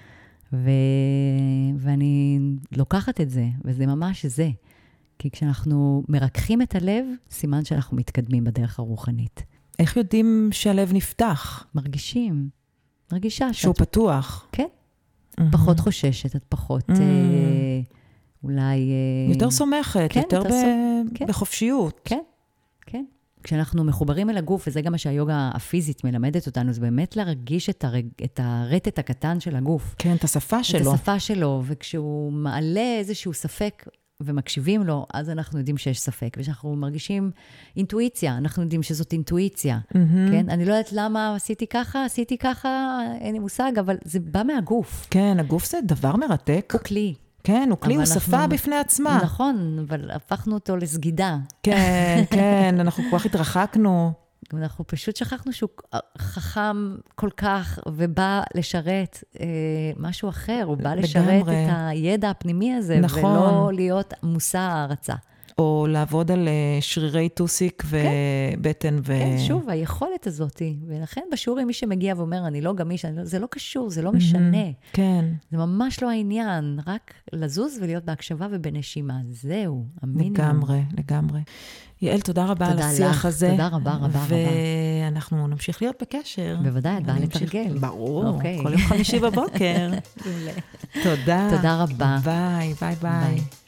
ואני לוקחת את זה, וזה ממש זה. כי כשאנחנו מרככים את הלב, סימן שאנחנו מתקדמים בדרך הרוחנית. איך יודעים שהלב נפתח? מרגישים. מרגישה שהוא פתוח. כן. פחות חוששת, את פחות אולי... יותר סומכת, יותר בחופשיות. כן, כן. כשאנחנו מחוברים אל הגוף, וזה גם מה שהיוגה הפיזית מלמדת אותנו, זה באמת להרגיש את הרטט הקטן של הגוף. כן, את השפה שלו. את השפה שלו, וכשהוא מעלה איזשהו ספק ומקשיבים לו, אז אנחנו יודעים שיש ספק. וכשאנחנו מרגישים אינטואיציה, אנחנו יודעים שזאת אינטואיציה. כן? אני לא יודעת למה עשיתי ככה, אין לי מושג, אבל זה בא מהגוף. כן, הגוף זה דבר מרתק. הוא כלי. כן, הוא כלי, הוא שפה בפני עצמה. נכון, אבל הפכנו אותו לסגידה. כן, כן, אנחנו כל כך התרחקנו. אנחנו פשוט שכחנו שהוא חכם כל כך, ובא לשרת משהו אחר, הוא בא לשרת את הידע הפנימי הזה, ולא להיות מושא הערצה. או לעבוד על שרירי טוסיק ובטן. כן, שוב, היכולת הזאת. ולכן בשיעורים מי שמגיע ואומר, אני לא גמיש, זה לא קשור, זה לא משנה. כן. זה ממש לא העניין, רק לזוז ולהיות בהקשבה ובנשימה. זהו, המינימום. לגמרי, לגמרי. יעל, תודה רבה על השיח הזה. תודה רבה, רבה. ואנחנו נמשיך להיות בקשר. בוודאי, את באה לתרגל. ברור, כל יום חמישי בבוקר. תודה. תודה רבה. ביי, ביי, ביי.